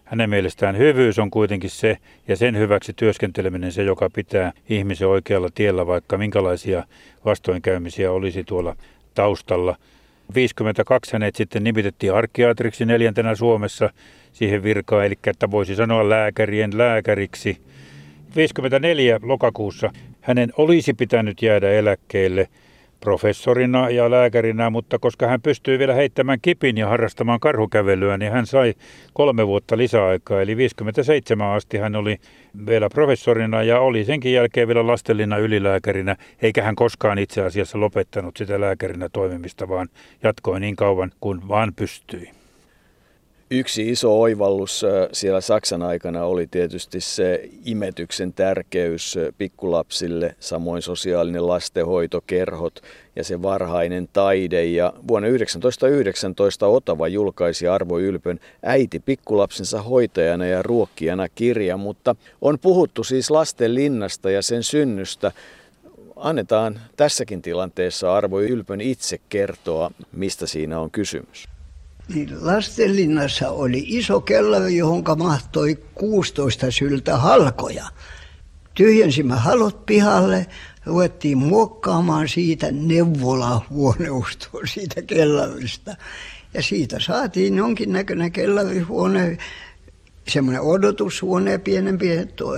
Speaker 3: Hänen mielestään hyvyys on kuitenkin se ja sen hyväksi työskenteleminen se, joka pitää ihmisen oikealla tiellä, vaikka minkälaisia vastoinkäymisiä olisi tuolla taustalla. viisikymmentäkaksi hänet sitten nimitettiin arkiatriksi neljäntenä Suomessa siihen virkaan, eli että voisi sanoa lääkärien lääkäriksi. viisikymmentäneljä lokakuussa hänen olisi pitänyt jäädä eläkkeelle professorina ja lääkärinä, mutta koska hän pystyi vielä heittämään kipin ja harrastamaan karhukävelyä, niin hän sai kolme vuotta lisäaikaa. Eli viisikymmentäseitsemän asti hän oli vielä professorina ja oli senkin jälkeen vielä lastenlinnan ylilääkärinä, eikä hän koskaan itse asiassa lopettanut sitä lääkärinä toimimista, vaan jatkoi niin kauan kuin vaan pystyi.
Speaker 2: Yksi iso oivallus siellä Saksan aikana oli tietysti se imetyksen tärkeys pikkulapsille, samoin sosiaalinen lastenhoito, kerhot ja se varhainen taide. Ja vuonna yhdeksäntoistasataayhdeksäntoista Otava julkaisi Arvo Ylpön Äiti pikkulapsensa hoitajana ja ruokkijana -kirja, mutta on puhuttu siis lastenlinnasta ja sen synnystä. Annetaan tässäkin tilanteessa Arvo Ylpön itse kertoa, mistä siinä on kysymys.
Speaker 1: Niin lastenlinnassa oli iso kellari, johon mahtoi kuusitoista syltä halkoja. Tyhjensimme halot pihalle, ruvettiin muokkaamaan siitä neuvolahuoneustoa siitä kellarista. Ja siitä saatiin jonkinnäköinen kellarihuone, semmoinen odotushuone, pienempi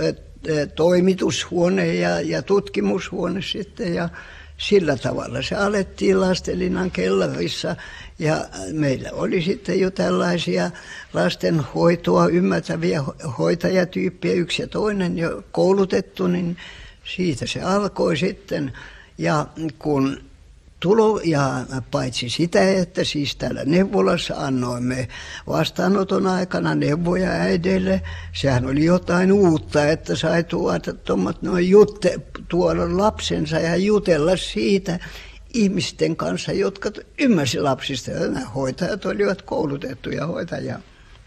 Speaker 1: toimitushuone ja, ja tutkimushuone sitten. Ja sillä tavalla se alettiin lastenlinnan kellarissa. Ja meillä oli sitten jo tällaisia lastenhoitoa ymmärtäviä hoitajatyyppejä, yksi ja toinen jo koulutettu, niin siitä se alkoi sitten. Ja kun tulo, ja paitsi sitä, että siis täällä neuvolassa annoimme vastaanoton aikana neuvoja äideille, sehän oli jotain uutta, että sai tuoda tuommoit noin jutte, tuoda lapsensa ja jutella siitä ihmisten kanssa, jotka ymmärsivät lapsista. Nämä hoitajat olivat koulutettuja hoitajia.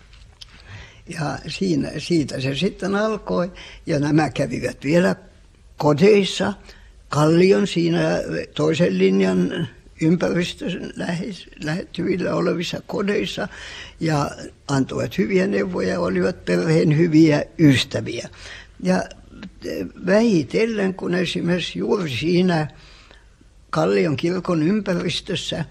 Speaker 1: Ja siinä, siitä se sitten alkoi. Ja nämä kävivät vielä kodeissa, Kallion siinä toisen linjan ympäristön lähettyvillä olevissa kodeissa. Ja antoivat hyviä neuvoja, olivat perheen hyviä ystäviä. Ja vähitellen, kun esimerkiksi juuri siinä Kallion kirkon ympäristössä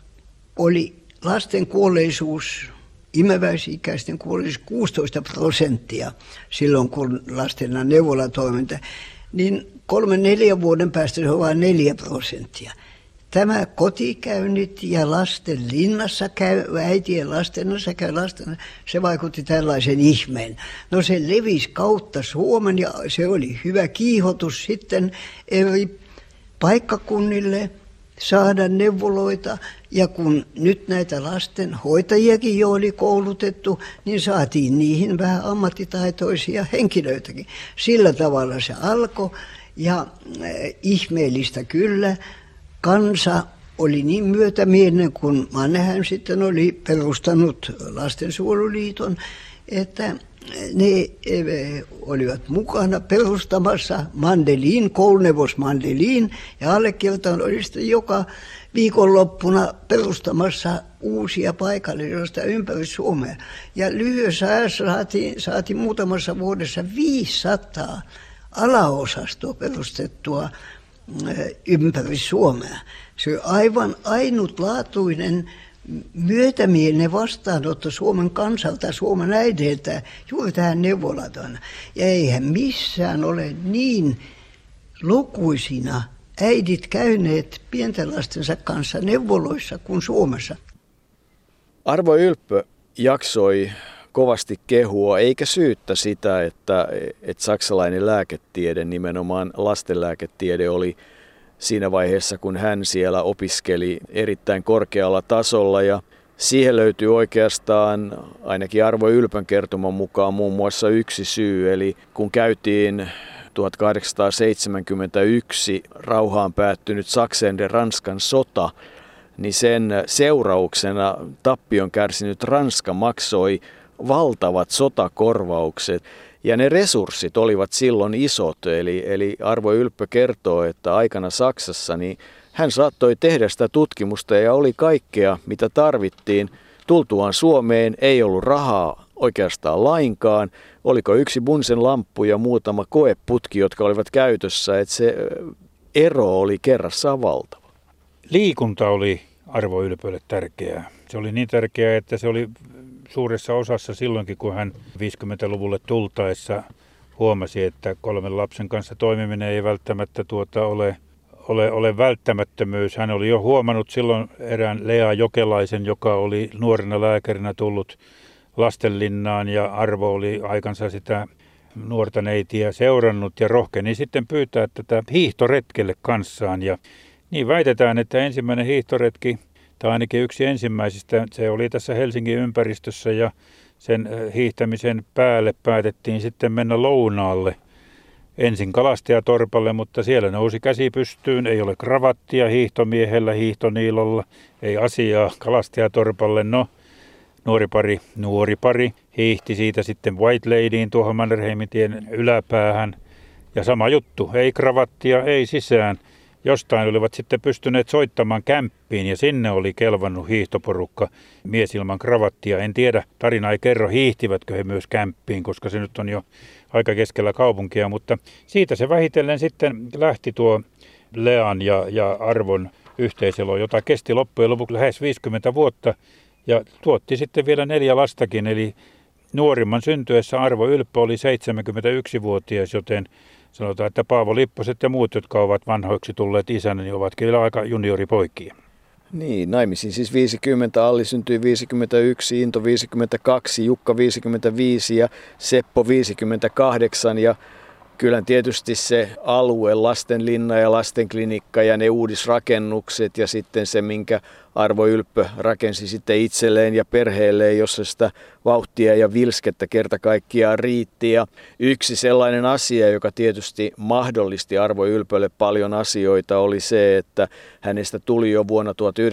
Speaker 1: oli lasten kuolleisuus, imeväisikäisten kuolleisuus kuusitoista prosenttia silloin, kun lasten neuvolatoiminta, niin kolme neljän vuoden päästä se on vain neljä prosenttia. Tämä kotikäynnit ja lasten linnassa käy, äitien lastenassa käy lasten, se vaikutti tällaisen ihmeen. No se levisi kautta Suomen ja se oli hyvä kiihotus sitten eri paikkakunnille saada neuvoloita, ja kun nyt näitä lastenhoitajiakin jo oli koulutettu, niin saatiin niihin vähän ammattitaitoisia henkilöitäkin. Sillä tavalla se alkoi, ja äh, ihmeellistä kyllä, kansa oli niin myötämielinen, kun Mannerheim sitten oli perustanut Lastensuojeluliiton, että ne olivat mukana perustamassa Mandelin, kouluneuvos Mandelin, ja allekirjoittanut oli sitten joka viikonloppuna perustamassa uusia paikallisia ympäri Suomea. Ja lyhyessä ajassa saatiin, saatiin muutamassa vuodessa viisisataa alaosastoa perustettua ympäri Suomea. Se on aivan ainutlaatuinen myötämielinen vastaanotto Suomen kansalta, Suomen äideiltä juuri tähän neuvolataan. Ja eihän missään ole niin lukuisina äidit käyneet pienten lastensa kanssa neuvoloissa kuin Suomessa.
Speaker 2: Arvo Ylppö jaksoi kovasti kehua, eikä syyttä sitä, että, että saksalainen lääketiede, nimenomaan lastenlääketiede, oli siinä vaiheessa, kun hän siellä opiskeli erittäin korkealla tasolla, ja siihen löytyy oikeastaan ainakin Arvo Ylpön kertoman mukaan muun muassa yksi syy, eli kun käytiin tuhatkahdeksansataaseitsemänkymmentäyksi rauhaan päättynyt Saksan ja Ranskan sota, niin sen seurauksena tappion kärsinyt Ranska maksoi valtavat sotakorvaukset. Ja ne resurssit olivat silloin isot, eli, eli Arvo Ylppö kertoo, että aikana Saksassa niin hän saattoi tehdä sitä tutkimusta ja oli kaikkea, mitä tarvittiin. Tultuaan Suomeen ei ollut rahaa oikeastaan lainkaan. Oliko yksi Bunsen lamppu ja muutama koeputki, jotka olivat käytössä, että se ero oli kerrassaan valtava.
Speaker 3: Liikunta oli Arvo Ylpölle tärkeää. Se oli niin tärkeää, että se oli suuressa osassa silloinkin, kun hän viisikymmentäluvulle tultaessa huomasi, että kolmen lapsen kanssa toimiminen ei välttämättä tuota ole, ole, ole välttämättömyys. Hän oli jo huomannut silloin erään Lea Jokelaisen, joka oli nuorena lääkärinä tullut Lastenlinnaan, ja Arvo oli aikansa sitä nuorta neitiä seurannut ja rohkeni sitten pyytää tätä hiihtoretkelle kanssaan. Ja niin väitetään, että ensimmäinen hiihtoretki, tai ainakin yksi ensimmäisistä, se oli tässä Helsingin ympäristössä, ja sen hiihtämisen päälle päätettiin sitten mennä lounaalle. Ensin kalastajatorpalle, mutta siellä nousi käsi pystyyn, ei ole kravattia hiihtomiehellä, hiihtoniilolla, ei asiaa kalastajatorpalle. No, nuori pari, nuori pari hiihti siitä sitten White Ladyin tuohon Mannerheimintien yläpäähän. Ja sama juttu, ei kravattia, ei sisään. Jostain olivat sitten pystyneet soittamaan kämppiin ja sinne oli kelvannut hiihtoporukka mies ilman kravattia. En tiedä, tarina ei kerro, hiihtivätkö he myös kämppiin, koska se nyt on jo aika keskellä kaupunkia. Mutta siitä se vähitellen sitten lähti tuo Lean ja, ja Arvon yhteiselo, jota kesti loppujen lopuksi lähes viisikymmentä vuotta ja tuotti sitten vielä neljä lastakin. Eli nuorimman syntyessä Arvo Ylppö oli seitsemänkymmentäyksivuotias, joten sanotaan, että Paavo Lipposet ja muut, jotka ovat vanhoiksi tulleet isänä, niin ovat kyllä aika junioripoikia.
Speaker 2: Niin, naimisiin siis viisikymmentä, Alli syntyi viisikymmentäyksi, Into viisikymmentäkaksi, Jukka viisikymmentäviisi ja Seppo viisikymmentäkahdeksan. Ja kyllä tietysti se alue, Lastenlinna ja Lastenklinikka ja ne uudisrakennukset ja sitten se, minkä Arvo Ylppö rakensi sitten itselleen ja perheelleen, jossa sitä vauhtia ja vilskettä kerta kaikkiaan riitti. Ja yksi sellainen asia, joka tietysti mahdollisti Arvo Ylpölle paljon asioita, oli se, että hänestä tuli jo vuonna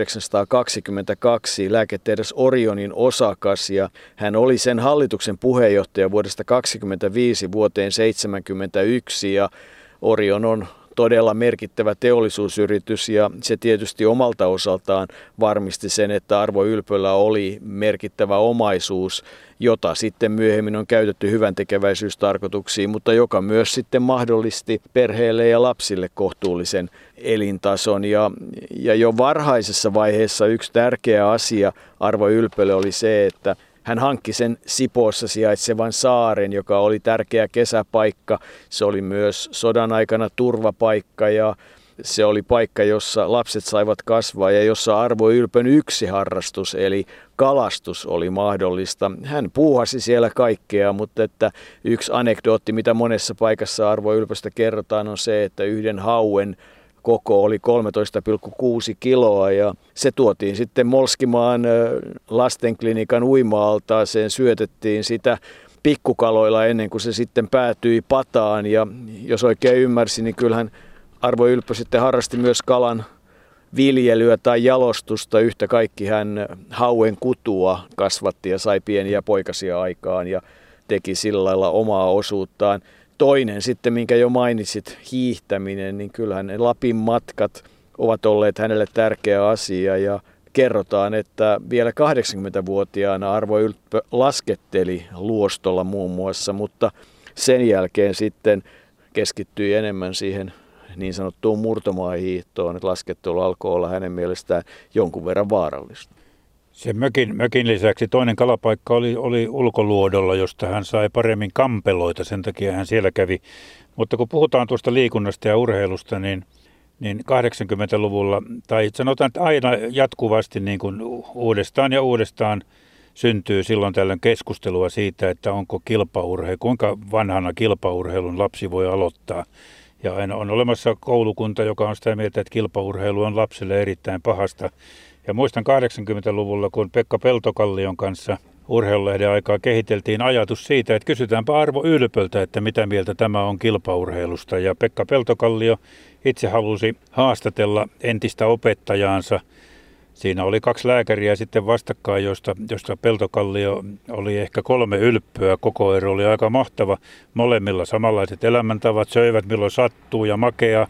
Speaker 2: tuhatyhdeksänsataakaksikymmentäkaksi lääketehdas Orionin osakas ja hän oli sen hallituksen puheenjohtaja vuodesta kaksikymmentäviisi vuoteen seitsemänkymmentäyksi ja Orion on todella merkittävä teollisuusyritys ja se tietysti omalta osaltaan varmisti sen, että Arvo Ylpöllä oli merkittävä omaisuus, jota sitten myöhemmin on käytetty hyvän tekeväisyystarkoituksiin, mutta joka myös sitten mahdollisti perheelle ja lapsille kohtuullisen elintason. Ja, ja jo varhaisessa vaiheessa yksi tärkeä asia Arvo Ylpölle oli se, että hän hankki sen Sipoossa sijaitsevan saaren, joka oli tärkeä kesäpaikka. Se oli myös sodan aikana turvapaikka ja se oli paikka, jossa lapset saivat kasvaa ja jossa Arvo Ylpön yksi harrastus eli kalastus oli mahdollista. Hän puuhasi siellä kaikkea, mutta että yksi anekdootti, mitä monessa paikassa Arvo Ylpöstä kerrotaan, on se, että yhden hauen koko oli kolmetoista pilkku kuusi kiloa ja se tuotiin sitten Molskimaan lastenklinikan uima-altaaseen, syötettiin sitä pikkukaloilla ennen kuin se sitten päätyi pataan ja jos oikein ymmärsin, niin kyllähän Arvo Ylppö sitten harrasti myös kalan viljelyä tai jalostusta. Yhtä kaikki hän hauen kutua kasvatti ja sai pieniä poikasia aikaan ja teki sillä lailla omaa osuuttaan. Toinen sitten, minkä jo mainitsit, hiihtäminen, niin kyllähän ne Lapin matkat ovat olleet hänelle tärkeä asia ja kerrotaan, että vielä kahdeksankymmentävuotiaana Arvo Ylppö lasketteli luostolla muun muassa, mutta sen jälkeen sitten keskittyi enemmän siihen niin sanottuun murtomaahiihtoon, että laskettelu alkoi olla hänen mielestään jonkun verran vaarallista.
Speaker 3: Sen mökin, mökin lisäksi toinen kalapaikka oli, oli ulkoluodolla, josta hän sai paremmin kampeloita, sen takia hän siellä kävi. Mutta kun puhutaan tuosta liikunnasta ja urheilusta, niin, niin kahdeksankymmentäluvulla, tai sanotaan, että aina jatkuvasti niin kuin uudestaan ja uudestaan syntyy silloin tällöin keskustelua siitä, että onko kilpaurheilu, kuinka vanhana kilpaurheilun lapsi voi aloittaa. Ja aina on olemassa koulukunta, joka on sitä mieltä, että kilpaurheilu on lapselle erittäin pahasta. Ja muistan kahdeksankymmentäluvulla, kun Pekka Peltokallion kanssa urheilulehden aikaa kehiteltiin ajatus siitä, että kysytäänpä Arvo Ylpöltä, että mitä mieltä tämä on kilpaurheilusta. Ja Pekka Peltokallio itse halusi haastatella entistä opettajaansa. Siinä oli kaksi lääkäriä sitten vastakkain, josta, josta Peltokallio oli ehkä kolme Ylppöä. Koko ero oli aika mahtava. Molemmilla samanlaiset elämäntavat, söivät milloin sattuu ja makea.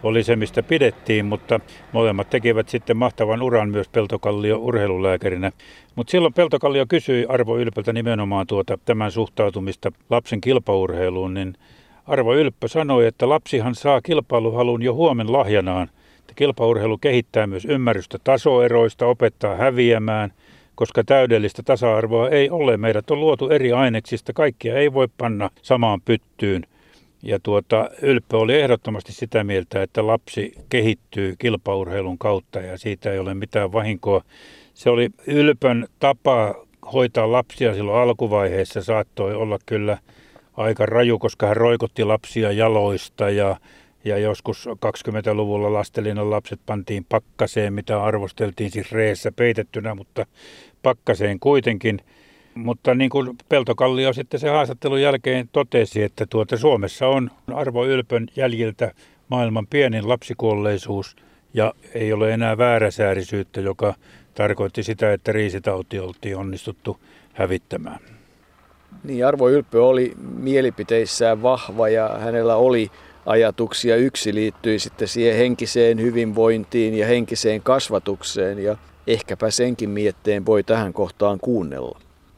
Speaker 3: oli se, mistä pidettiin, mutta molemmat tekivät sitten mahtavan uran myös Peltokallio urheilulääkärinä. Mutta silloin Peltokallio kysyi Arvo Ylpöltä nimenomaan tuota, tämän suhtautumista lapsen kilpaurheiluun, niin Arvo Ylppö sanoi, että lapsihan saa kilpailuhalun jo huomen lahjanaan. Kilpaurheilu kehittää myös ymmärrystä tasoeroista, opettaa häviämään, koska täydellistä tasa-arvoa ei ole. Meidät on luotu eri aineksista, kaikkia ei voi panna samaan pyttyyn. Ja tuota, Ylppö oli ehdottomasti sitä mieltä, että lapsi kehittyy kilpaurheilun kautta ja siitä ei ole mitään vahinkoa. Se oli Ylpön tapa hoitaa lapsia silloin alkuvaiheessa, saattoi olla kyllä aika raju, koska hän roikotti lapsia jaloista ja, ja joskus kaksikymmentäluvulla lastenlinnan lapset pantiin pakkaseen, mitä arvosteltiin siis reessä peitettynä, mutta pakkaseen kuitenkin. Mutta niin kuin Peltokallio sitten se haastattelun jälkeen totesi, että tuota Suomessa on Arvo Ylpön jäljiltä maailman pienin lapsikuolleisuus ja ei ole enää vääräsäärisyyttä, joka tarkoitti sitä, että riisitauti oltiin onnistuttu hävittämään.
Speaker 2: Niin, Arvo Ylppö oli mielipiteissään vahva ja hänellä oli ajatuksia. Yksi liittyi sitten siihen henkiseen hyvinvointiin ja henkiseen kasvatukseen ja ehkäpä senkin mietteen voi tähän kohtaan kuunnella.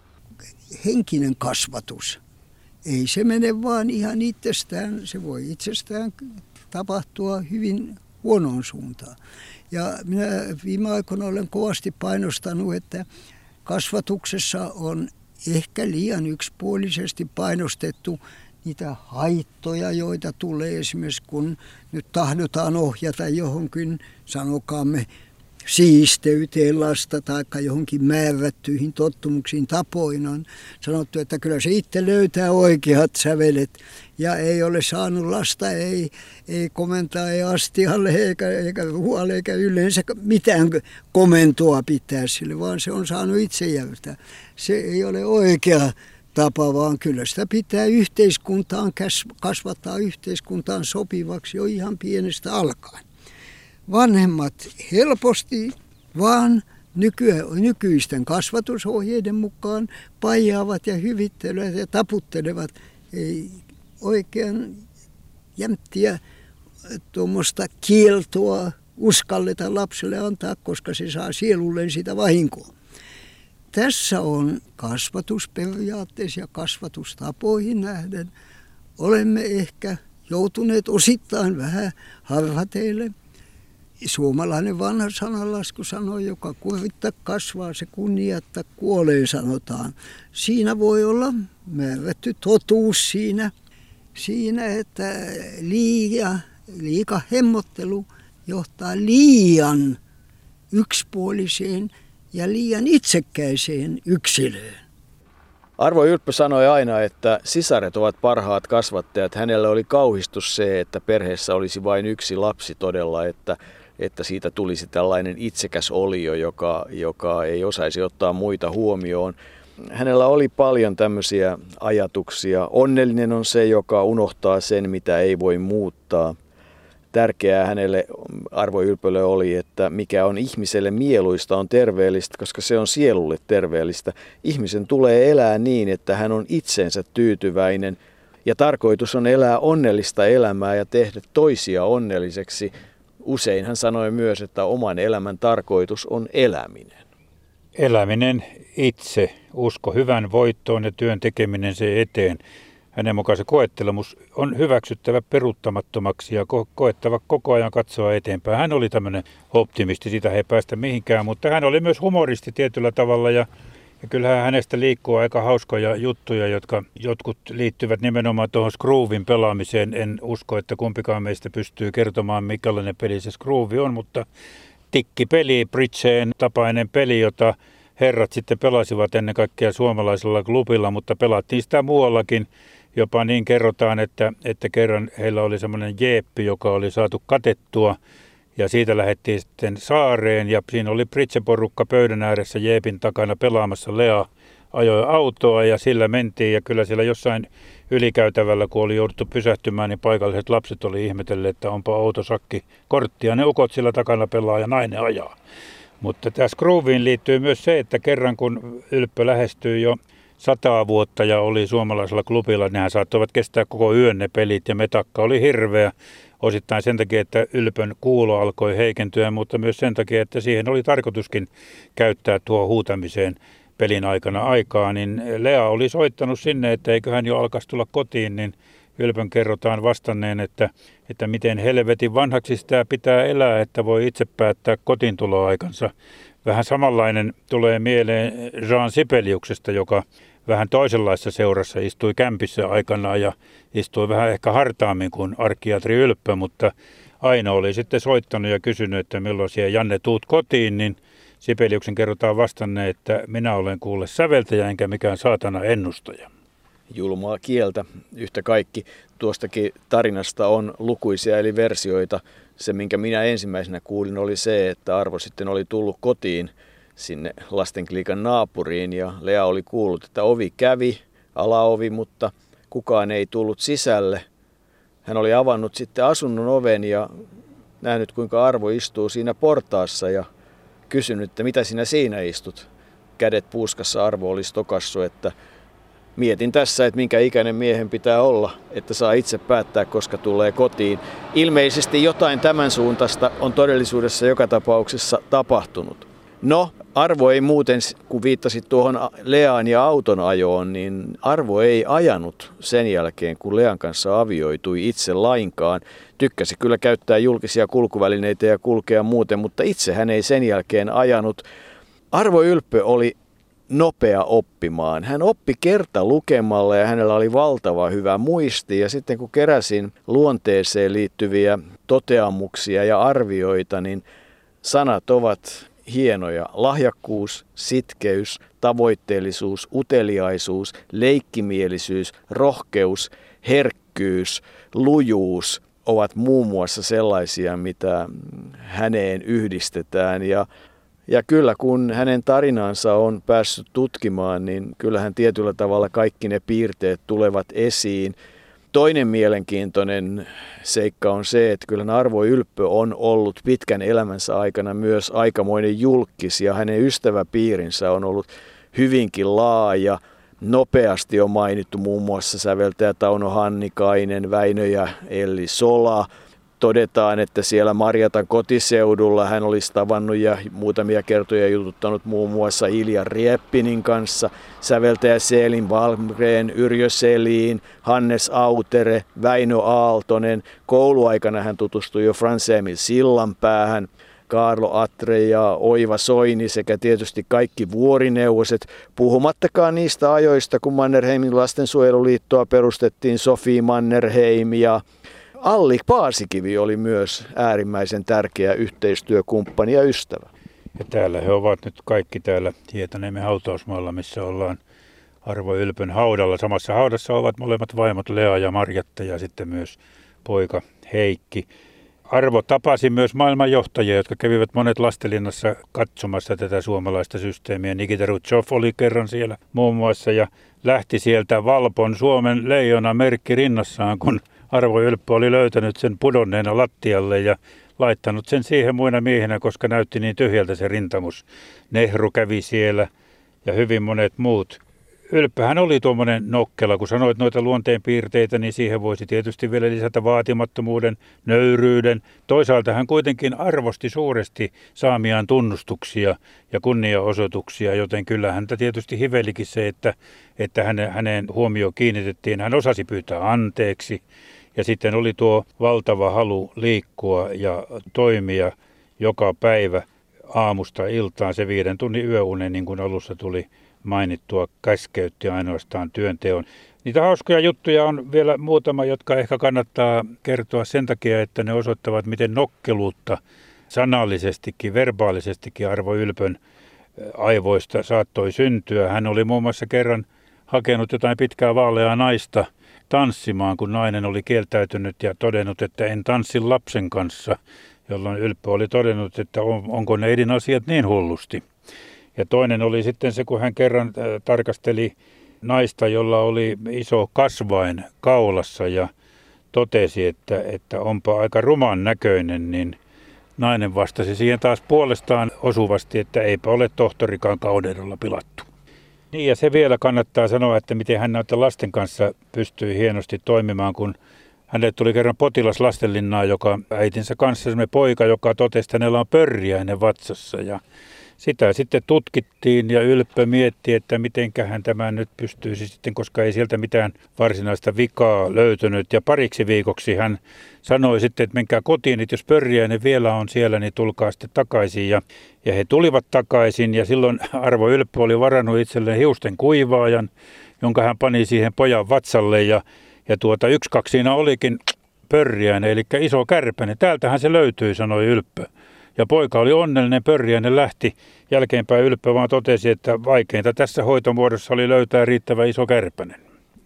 Speaker 1: Henkinen kasvatus, ei se mene vaan ihan itsestään, se voi itsestään tapahtua hyvin huonoon suuntaan. Ja minä viime aikoina olen kovasti painostanut, että kasvatuksessa on ehkä liian yksipuolisesti painostettu niitä haittoja, joita tulee esimerkiksi kun nyt tahdotaan ohjata johonkin, sanokaamme, siisteyteen lasta tai johonkin määrättyihin tottumuksiin, tapoihin on sanottu, että kyllä se itse löytää oikeat sävelet ja ei ole saanut lasta, ei, ei komentaa, ei astialle eikä, eikä ruoalle eikä yleensä mitään komentoa pitää sille, vaan se on saanut itse jäytää. Se ei ole oikea tapa, vaan kyllä sitä pitää yhteiskuntaan kasvattaa yhteiskuntaan sopivaksi jo ihan pienestä alkaen. Vanhemmat helposti vaan nyky- nykyisten kasvatusohjeiden mukaan paijaavat ja hyvittelevät ja taputtelevat. Ei oikein jämptiä tuommoista kieltoa uskalleta lapselle antaa, koska se saa sielulleen sitä vahinkoa. Tässä on kasvatusperiaatteessa ja kasvatustapoihin nähden. Olemme ehkä joutuneet osittain vähän harhateille. Suomalainen vanha sananlasku sanoo, joka kurittaa kasvaa, se kunniatta kuolee, sanotaan. Siinä voi olla määrätty totuus siinä, siinä että liika, liika hemmottelu johtaa liian yksipuoliseen ja liian itsekkäiseen yksilöön.
Speaker 2: Arvo Ylppö sanoi aina, että sisaret ovat parhaat kasvattajat. Hänellä oli kauhistus se, että perheessä olisi vain yksi lapsi todella, että, että siitä tulisi tällainen itsekäs olio, joka, joka ei osaisi ottaa muita huomioon. Hänellä oli paljon tämmöisiä ajatuksia. Onnellinen on se, joka unohtaa sen, mitä ei voi muuttaa. Tärkeää hänelle, Arvo Ylpölle, oli, että mikä on ihmiselle mieluista, on terveellistä, koska se on sielulle terveellistä. Ihmisen tulee elää niin, että hän on itsensä tyytyväinen ja tarkoitus on elää onnellista elämää ja tehdä toisia onnelliseksi. Usein hän sanoi myös, että oman elämän tarkoitus on eläminen.
Speaker 3: Eläminen itse, usko hyvän voittoon ja työn tekeminen se eteen. Hänen mukaansa koettelemus on hyväksyttävä peruuttamattomaksi ja ko- koettava koko ajan katsoa eteenpäin. Hän oli tämmöinen optimisti, sitä ei päästä mihinkään, mutta hän oli myös humoristi tietyllä tavalla ja, ja kyllähän hänestä liikkuu aika hauskoja juttuja, jotka jotkut liittyvät nimenomaan tuohon Scroovin pelaamiseen. En usko, että kumpikaan meistä pystyy kertomaan, mikälainen peli se Scroovi on, mutta tikkipeli, bridgeen tapainen peli, jota herrat sitten pelasivat ennen kaikkea suomalaisella klubilla, mutta pelattiin sitä muuallakin. Jopa niin kerrotaan, että, että kerran heillä oli semmoinen jeeppi, joka oli saatu katettua ja siitä lähdettiin sitten saareen ja siinä oli bridge-porukka pöydän ääressä jeepin takana pelaamassa. Lea ajoi autoa ja sillä mentiin ja kyllä siellä jossain ylikäytävällä, kun oli jouduttu pysähtymään, niin paikalliset lapset oli ihmetelleet, että onpa autosakki korttia. Ne ukot sillä takana pelaa ja nainen ajaa. Mutta tässä Scrooviin liittyy myös se, että kerran kun Ylppö lähestyy jo sataa vuotta ja oli suomalaisella klubilla. Nehän saattoivat kestää koko yön ne pelit ja metakka oli hirveä. Osittain sen takia, että Ylpön kuulo alkoi heikentyä, mutta myös sen takia, että siihen oli tarkoituskin käyttää tuo huutamiseen pelin aikana aikaa. Niin Lea oli soittanut sinne, että eiköhän jo alkaisi tulla kotiin, niin Ylpön kerrotaan vastanneen, että, että miten helvetin vanhaksi sitä pitää elää, että voi itse päättää kotiintuloaikansa. Vähän samanlainen tulee mieleen Jean Sibeliuksesta, joka vähän toisenlaisessa seurassa istui kämpissä aikanaan ja istui vähän ehkä hartaammin kuin arkkiatri Ylppö, mutta Aino oli sitten soittanut ja kysynyt, että milloin siellä Janne tuut kotiin, niin Sibeliuksen kerrotaan vastanneen, että minä olen kuule säveltäjä enkä mikään saatana ennustaja.
Speaker 2: Julmaa kieltä yhtä kaikki. Tuostakin tarinasta on lukuisia eli versioita. Se, minkä minä ensimmäisenä kuulin, oli se, että Arvo sitten oli tullut kotiin sinne lastenkliikan naapuriin ja Lea oli kuullut, että ovi kävi, alaovi, mutta kukaan ei tullut sisälle. Hän oli avannut sitten asunnon oven ja nähnyt, kuinka Arvo istuu siinä portaassa ja kysynyt, että mitä sinä siinä istut. Kädet puuskassa Arvo olisi tokassut, että mietin tässä, että minkä ikäinen miehen pitää olla, että saa itse päättää, koska tulee kotiin. Ilmeisesti jotain tämän suuntaista on todellisuudessa joka tapauksessa tapahtunut. No, Arvo ei muuten, kun viittasit tuohon Leaan ja auton ajoon, niin Arvo ei ajanut sen jälkeen, kun Lean kanssa avioitui itse lainkaan. Tykkäsi kyllä käyttää julkisia kulkuvälineitä ja kulkea muuten, mutta itse hän ei sen jälkeen ajanut. Arvo Ylppö oli nopea oppimaan. Hän oppi kerta lukemalla ja hänellä oli valtava hyvä muisti. Ja sitten kun keräsin luonteeseen liittyviä toteamuksia ja arvioita, niin sanat ovat hienoja. Lahjakkuus, sitkeys, tavoitteellisuus, uteliaisuus, leikkimielisyys, rohkeus, herkkyys, lujuus ovat muun muassa sellaisia, mitä häneen yhdistetään. Ja Ja kyllä kun hänen tarinansa on päässyt tutkimaan, niin kyllähän tietyllä tavalla kaikki ne piirteet tulevat esiin. Toinen mielenkiintoinen seikka on se, että kyllä Arvo Ylppö on ollut pitkän elämänsä aikana myös aikamoinen julkkis ja hänen ystäväpiirinsä on ollut hyvinkin laaja. Nopeasti on mainittu muun muassa säveltäjä Tauno Hannikainen, Väinö ja Elli Sola. Todetaan, että siellä Marjatan kotiseudulla hän olisi tavannut ja muutamia kertoja jututtanut muun muassa Ilja Rieppinin kanssa, säveltäjä Selin Valmgren, Yrjö Selin, Hannes Autere, Väinö Aaltonen. Kouluaikana hän tutustui jo Frans Emil Sillanpäähän, Kaarlo Atre ja Oiva Soini sekä tietysti kaikki vuorineuvoset, puhumattakaan niistä ajoista, kun Mannerheimin lastensuojeluliittoa perustettiin, Sofie Mannerheim ja Alli Paasikivi oli myös äärimmäisen tärkeä yhteistyökumppani ja ystävä.
Speaker 3: Ja täällä he ovat nyt kaikki täällä Hietaniemen hautausmaalla, missä ollaan Arvo Ylpön haudalla. Samassa haudassa ovat molemmat vaimot Lea ja Marjatta ja sitten myös poika Heikki. Arvo tapasi myös maailmanjohtajia, jotka kävivät monet Lastenlinnassa katsomassa tätä suomalaista systeemiä. Nikita Khrushchev oli kerran siellä muun muassa ja lähti sieltä Valpon Suomen leijona merkki rinnassaan, kun Arvo Ylppö oli löytänyt sen pudonneena lattialle ja laittanut sen siihen muina miehinä, koska näytti niin tyhjältä se rintamus. Nehru kävi siellä ja hyvin monet muut. Ylppöhän oli tuommoinen nokkela, kun sanoit noita luonteen piirteitä, niin siihen voisi tietysti vielä lisätä vaatimattomuuden, nöyryyden. Toisaalta hän kuitenkin arvosti suuresti saamiaan tunnustuksia ja kunniaosoituksia, joten kyllä häntä tietysti hivelikin se, että, että hänen, hänen huomio kiinnitettiin. Hän osasi pyytää anteeksi ja sitten oli tuo valtava halu liikkua ja toimia joka päivä aamusta iltaan. Se viiden tunnin yöunen, niin kuin alussa tuli mainittua, käskeytti ainoastaan työnteon. Niitä hauskoja juttuja on vielä muutama, jotka ehkä kannattaa kertoa sen takia, että ne osoittavat, miten nokkeluutta sanallisestikin, verbaalisestikin Arvo Ylpön aivoista saattoi syntyä. Hän oli muun muassa kerran hakenut jotain pitkää vaaleaa naista tanssimaan, kun nainen oli kieltäytynyt ja todennut, että en tanssi lapsen kanssa, jolloin Ylppö oli todennut, että on, onko neidin asiat niin hullusti. Ja toinen oli sitten se, kun hän kerran tarkasteli naista, jolla oli iso kasvain kaulassa ja totesi, että, että onpa aika ruman näköinen, niin nainen vastasi siihen taas puolestaan osuvasti, että eipä ole tohtorikaan kaudeudella pilattu. Niin ja se vielä kannattaa sanoa, että miten hän näiden lasten kanssa pystyi hienosti toimimaan, kun hänelle tuli kerran potilas lastenlinnaan, joka äitinsä kanssa semmoinen poika, joka totesi, että hänellä on pörriäinen vatsassa ja sitä sitten tutkittiin ja Ylppö mietti, että mitenköhän tämä nyt pystyisi sitten, koska ei sieltä mitään varsinaista vikaa löytynyt. Ja pariksi viikoksi hän sanoi sitten, että menkää kotiin, että jos pörriäinen vielä on siellä, niin tulkaa sitten takaisin. Ja, ja he tulivat takaisin ja silloin Arvo Ylppö oli varannut itselleen hiusten kuivaajan, jonka hän pani siihen pojan vatsalle ja, ja tuota, yksi kaksi siinä olikin pörriäinen, eli iso kärpänen. Täältähän se löytyi, sanoi Ylppö. Ja poika oli onnellinen, pörriäinen lähti. Jälkeenpäin Ylppö vaan totesi, että vaikeinta tässä hoitomuodossa oli löytää riittävän iso kärpänen.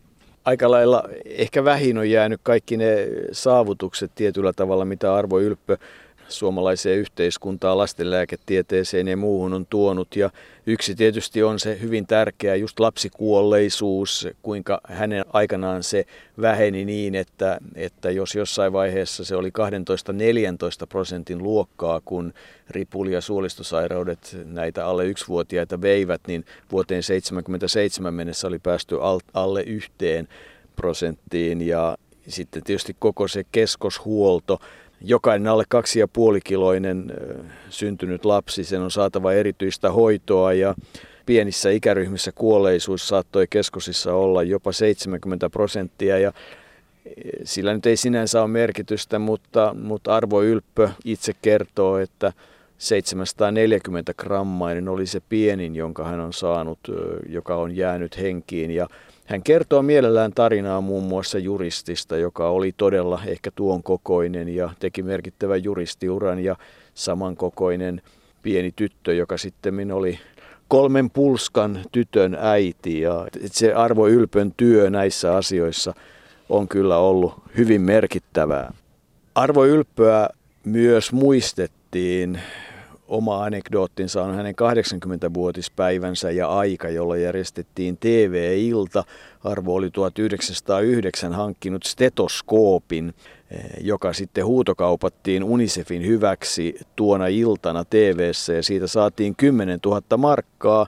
Speaker 2: Aika lailla ehkä vähin on jäänyt kaikki ne saavutukset tietyllä tavalla, mitä Arvo Ylppö suomalaiseen yhteiskuntaan, lastenlääketieteeseen ja muuhun on tuonut. Ja yksi tietysti on se hyvin tärkeä just lapsikuolleisuus, kuinka hänen aikanaan se väheni niin, että, että jos jossain vaiheessa se oli kaksitoista neljätoista prosentin luokkaa, kun ripuli- ja suolistosairaudet näitä alle yksivuotiaita veivät, niin vuoteen seitsemänkymmentäseitsemän mennessä oli päästy alle yhteen prosenttiin ja sitten tietysti koko se keskoshuolto. Jokainen alle kaksi ja puoli kiloinen syntynyt lapsi, sen on saatava erityistä hoitoa ja pienissä ikäryhmissä kuolleisuus saattoi keskosissa olla jopa seitsemänkymmentä prosenttia ja sillä nyt ei sinänsä ole merkitystä, mutta, mutta Arvo Ylppö itse kertoo, että seitsemänsataaneljäkymmentä grammainen oli se pienin, jonka hän on saanut, joka on jäänyt henkiin ja hän kertoo mielellään tarinaa muun muassa juristista, joka oli todella ehkä tuon kokoinen ja teki merkittävän juristiuran ja samankokoinen pieni tyttö, joka sitten oli kolmen pulskan tytön äiti. Ja se Arvo Ylpön työ näissä asioissa on kyllä ollut hyvin merkittävää. Arvo Ylppöä myös muistettiin. Oma anekdoottinsa on hänen kahdeksankymmentävuotispäivänsä ja aika, jolloin järjestettiin T V-ilta. Arvo oli tuhatyhdeksänsataayhdeksän hankkinut stetoskoopin, joka sitten huutokaupattiin UNICEFin hyväksi tuona iltana T V:ssä ja siitä saatiin kymmenentuhatta markkaa.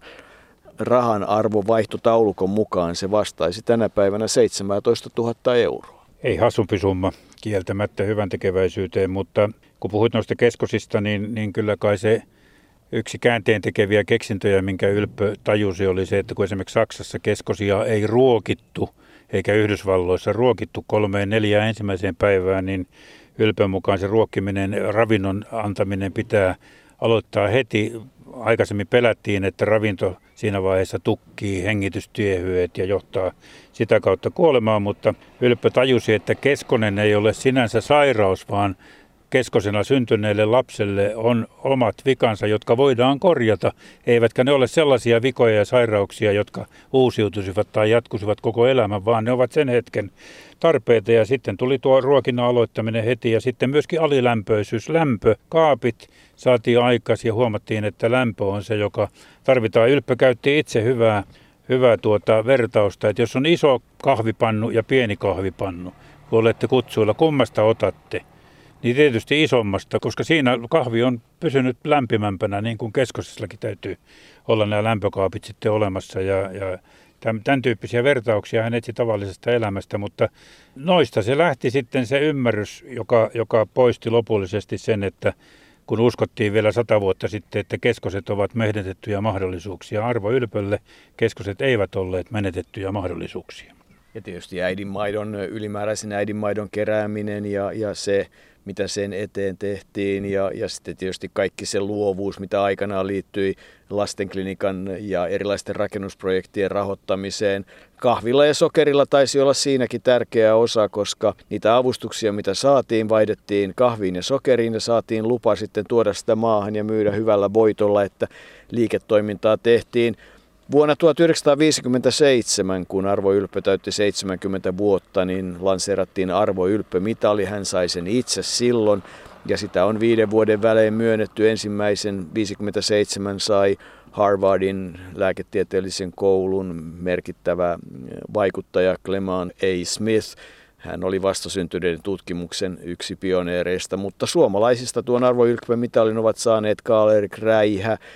Speaker 2: Rahan arvo vaihtotaulukon mukaan se vastaisi tänä päivänä seitsemäntoistatuhatta euroa.
Speaker 3: Ei hassumpi summa kieltämättä hyvän tekeväisyyteen, mutta kun puhuit noista keskosista, niin, niin kyllä kai se yksi käänteen tekeviä keksintöjä, minkä Ylppö tajusi, oli se, että kun esimerkiksi Saksassa keskosia ei ruokittu, eikä Yhdysvalloissa ruokittu kolmeen neljään ensimmäiseen päivään, niin Ylpön mukaan se ruokkiminen, ravinnon antaminen pitää aloittaa heti. Aikaisemmin pelättiin, että ravinto siinä vaiheessa tukkii hengitystiehyöt ja johtaa sitä kautta kuolemaan, mutta Ylppö tajusi, että keskonen ei ole sinänsä sairaus, vaan keskosena syntyneelle lapselle on omat vikansa, jotka voidaan korjata, eivätkä ne ole sellaisia vikoja ja sairauksia, jotka uusiutuisivat tai jatkuisivat koko elämän, vaan ne ovat sen hetken tarpeita. Ja sitten tuli tuo ruokinnan aloittaminen heti ja sitten myöskin alilämpöisyys, lämpö, kaapit saatiin aikaisin ja huomattiin, että lämpö on se, joka tarvitaan. Ylppö käytti itse hyvää, hyvää tuota vertausta, että jos on iso kahvipannu ja pieni kahvipannu, kun olette kutsuilla, kummasta otatte? Niin tietysti isommasta, koska siinä kahvi on pysynyt lämpimämpänä, niin kuin keskosessakin täytyy olla nämä lämpökaapit sitten olemassa. Ja, ja tämän tyyppisiä vertauksia hän etsi tavallisesta elämästä, mutta noista se lähti sitten se ymmärrys, joka, joka poisti lopullisesti sen, että kun uskottiin vielä sata vuotta sitten, että keskoset ovat menetettyjä mahdollisuuksia. Arvo Ylpölle keskoset eivät olleet menetettyjä mahdollisuuksia.
Speaker 2: Ja tietysti äidinmaidon, ylimääräisen äidinmaidon kerääminen ja, ja se, mitä sen eteen tehtiin ja, ja sitten tietysti kaikki se luovuus, mitä aikanaan liittyi lastenklinikan ja erilaisten rakennusprojektien rahoittamiseen. Kahvilla ja sokerilla taisi olla siinäkin tärkeä osa, koska niitä avustuksia, mitä saatiin, vaihdettiin kahviin ja sokeriin ja saatiin lupa sitten tuoda sitä maahan ja myydä hyvällä voitolla, että liiketoimintaa tehtiin. Vuonna tuhatyhdeksänsataaviisikymmentäseitsemän, kun Arvo Ylppö täytti seitsemänkymmentä vuotta, niin lanseerattiin Arvo Ylppö-mitali. Hän sai sen itse silloin ja sitä on viiden vuoden välein myönnetty. Ensimmäisen viisikymmentäseitsemän sai Harvardin lääketieteellisen koulun merkittävä vaikuttaja Clement A. Smith. Hän oli vastasyntyneiden tutkimuksen yksi pioneereista, mutta suomalaisista tuon Arvo Ylppö-mitalin ovat saaneet Karl-Erik Räihä,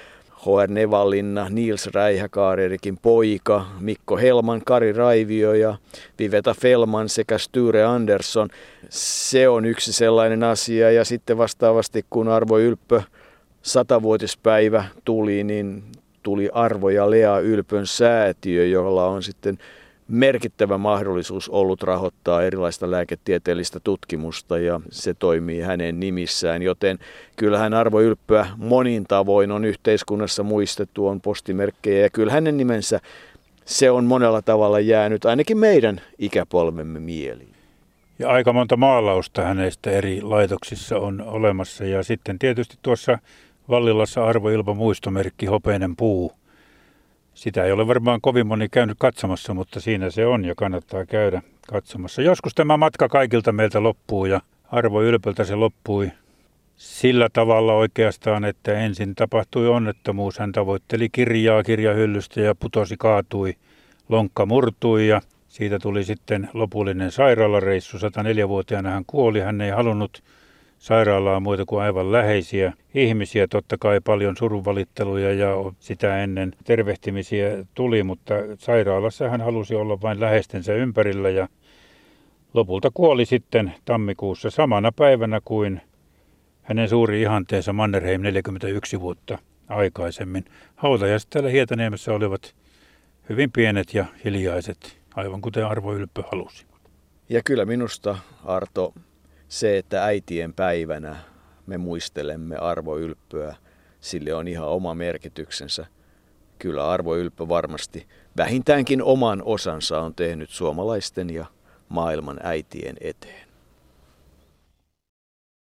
Speaker 2: H R Nevalinna, Nils Räihäkaarerikin poika, Mikko Helman, Kari Raivio ja Viveta Fellman sekä Sture Andersson. Se on yksi sellainen asia. Ja sitten vastaavasti kun Arvo Ylppö satavuotispäivä tuli, niin tuli Arvo ja Lea Ylpön säätiö, jolla on sitten merkittävä mahdollisuus ollut rahoittaa erilaista lääketieteellistä tutkimusta ja se toimii hänen nimissään, joten kyllähän Arvo Ylppöä monin tavoin on yhteiskunnassa muistettu, on postimerkkejä ja kyllä hänen nimensä se on monella tavalla jäänyt ainakin meidän ikäpolvemme mieliin.
Speaker 3: Ja aika monta maalausta hänestä eri laitoksissa on olemassa ja sitten tietysti tuossa Vallilassa Arvo Ylppö muistomerkki Hopeinen puu. Sitä ei ole varmaan kovin moni käynyt katsomassa, mutta siinä se on ja kannattaa käydä katsomassa. Joskus tämä matka kaikilta meiltä loppuu ja Arvo Ylpöltä se loppui sillä tavalla oikeastaan, että ensin tapahtui onnettomuus. Hän tavoitteli kirjaa kirjahyllystä ja putosi, kaatui, lonkka murtui ja siitä tuli sitten lopullinen sairaalareissu. sataneljävuotiaana hän kuoli, hän ei halunnut sairaalaa muita kuin aivan läheisiä ihmisiä. Totta kai paljon surunvalitteluja ja sitä ennen tervehtimisiä tuli, mutta sairaalassa hän halusi olla vain läheistensä ympärillä ja lopulta kuoli sitten tammikuussa samana päivänä kuin hänen suuri ihanteensa Mannerheim neljäkymmentäyksi vuotta aikaisemmin. Hautajaiset täällä Hietaniemessä olivat hyvin pienet ja hiljaiset, aivan kuten Arvo Ylppö halusi.
Speaker 2: Ja kyllä minusta, Arto, se, että äitien päivänä me muistelemme Arvo Ylppöä, sille on ihan oma merkityksensä. Kyllä Arvo Ylppö varmasti vähintäänkin oman osansa on tehnyt suomalaisten ja maailman äitien eteen.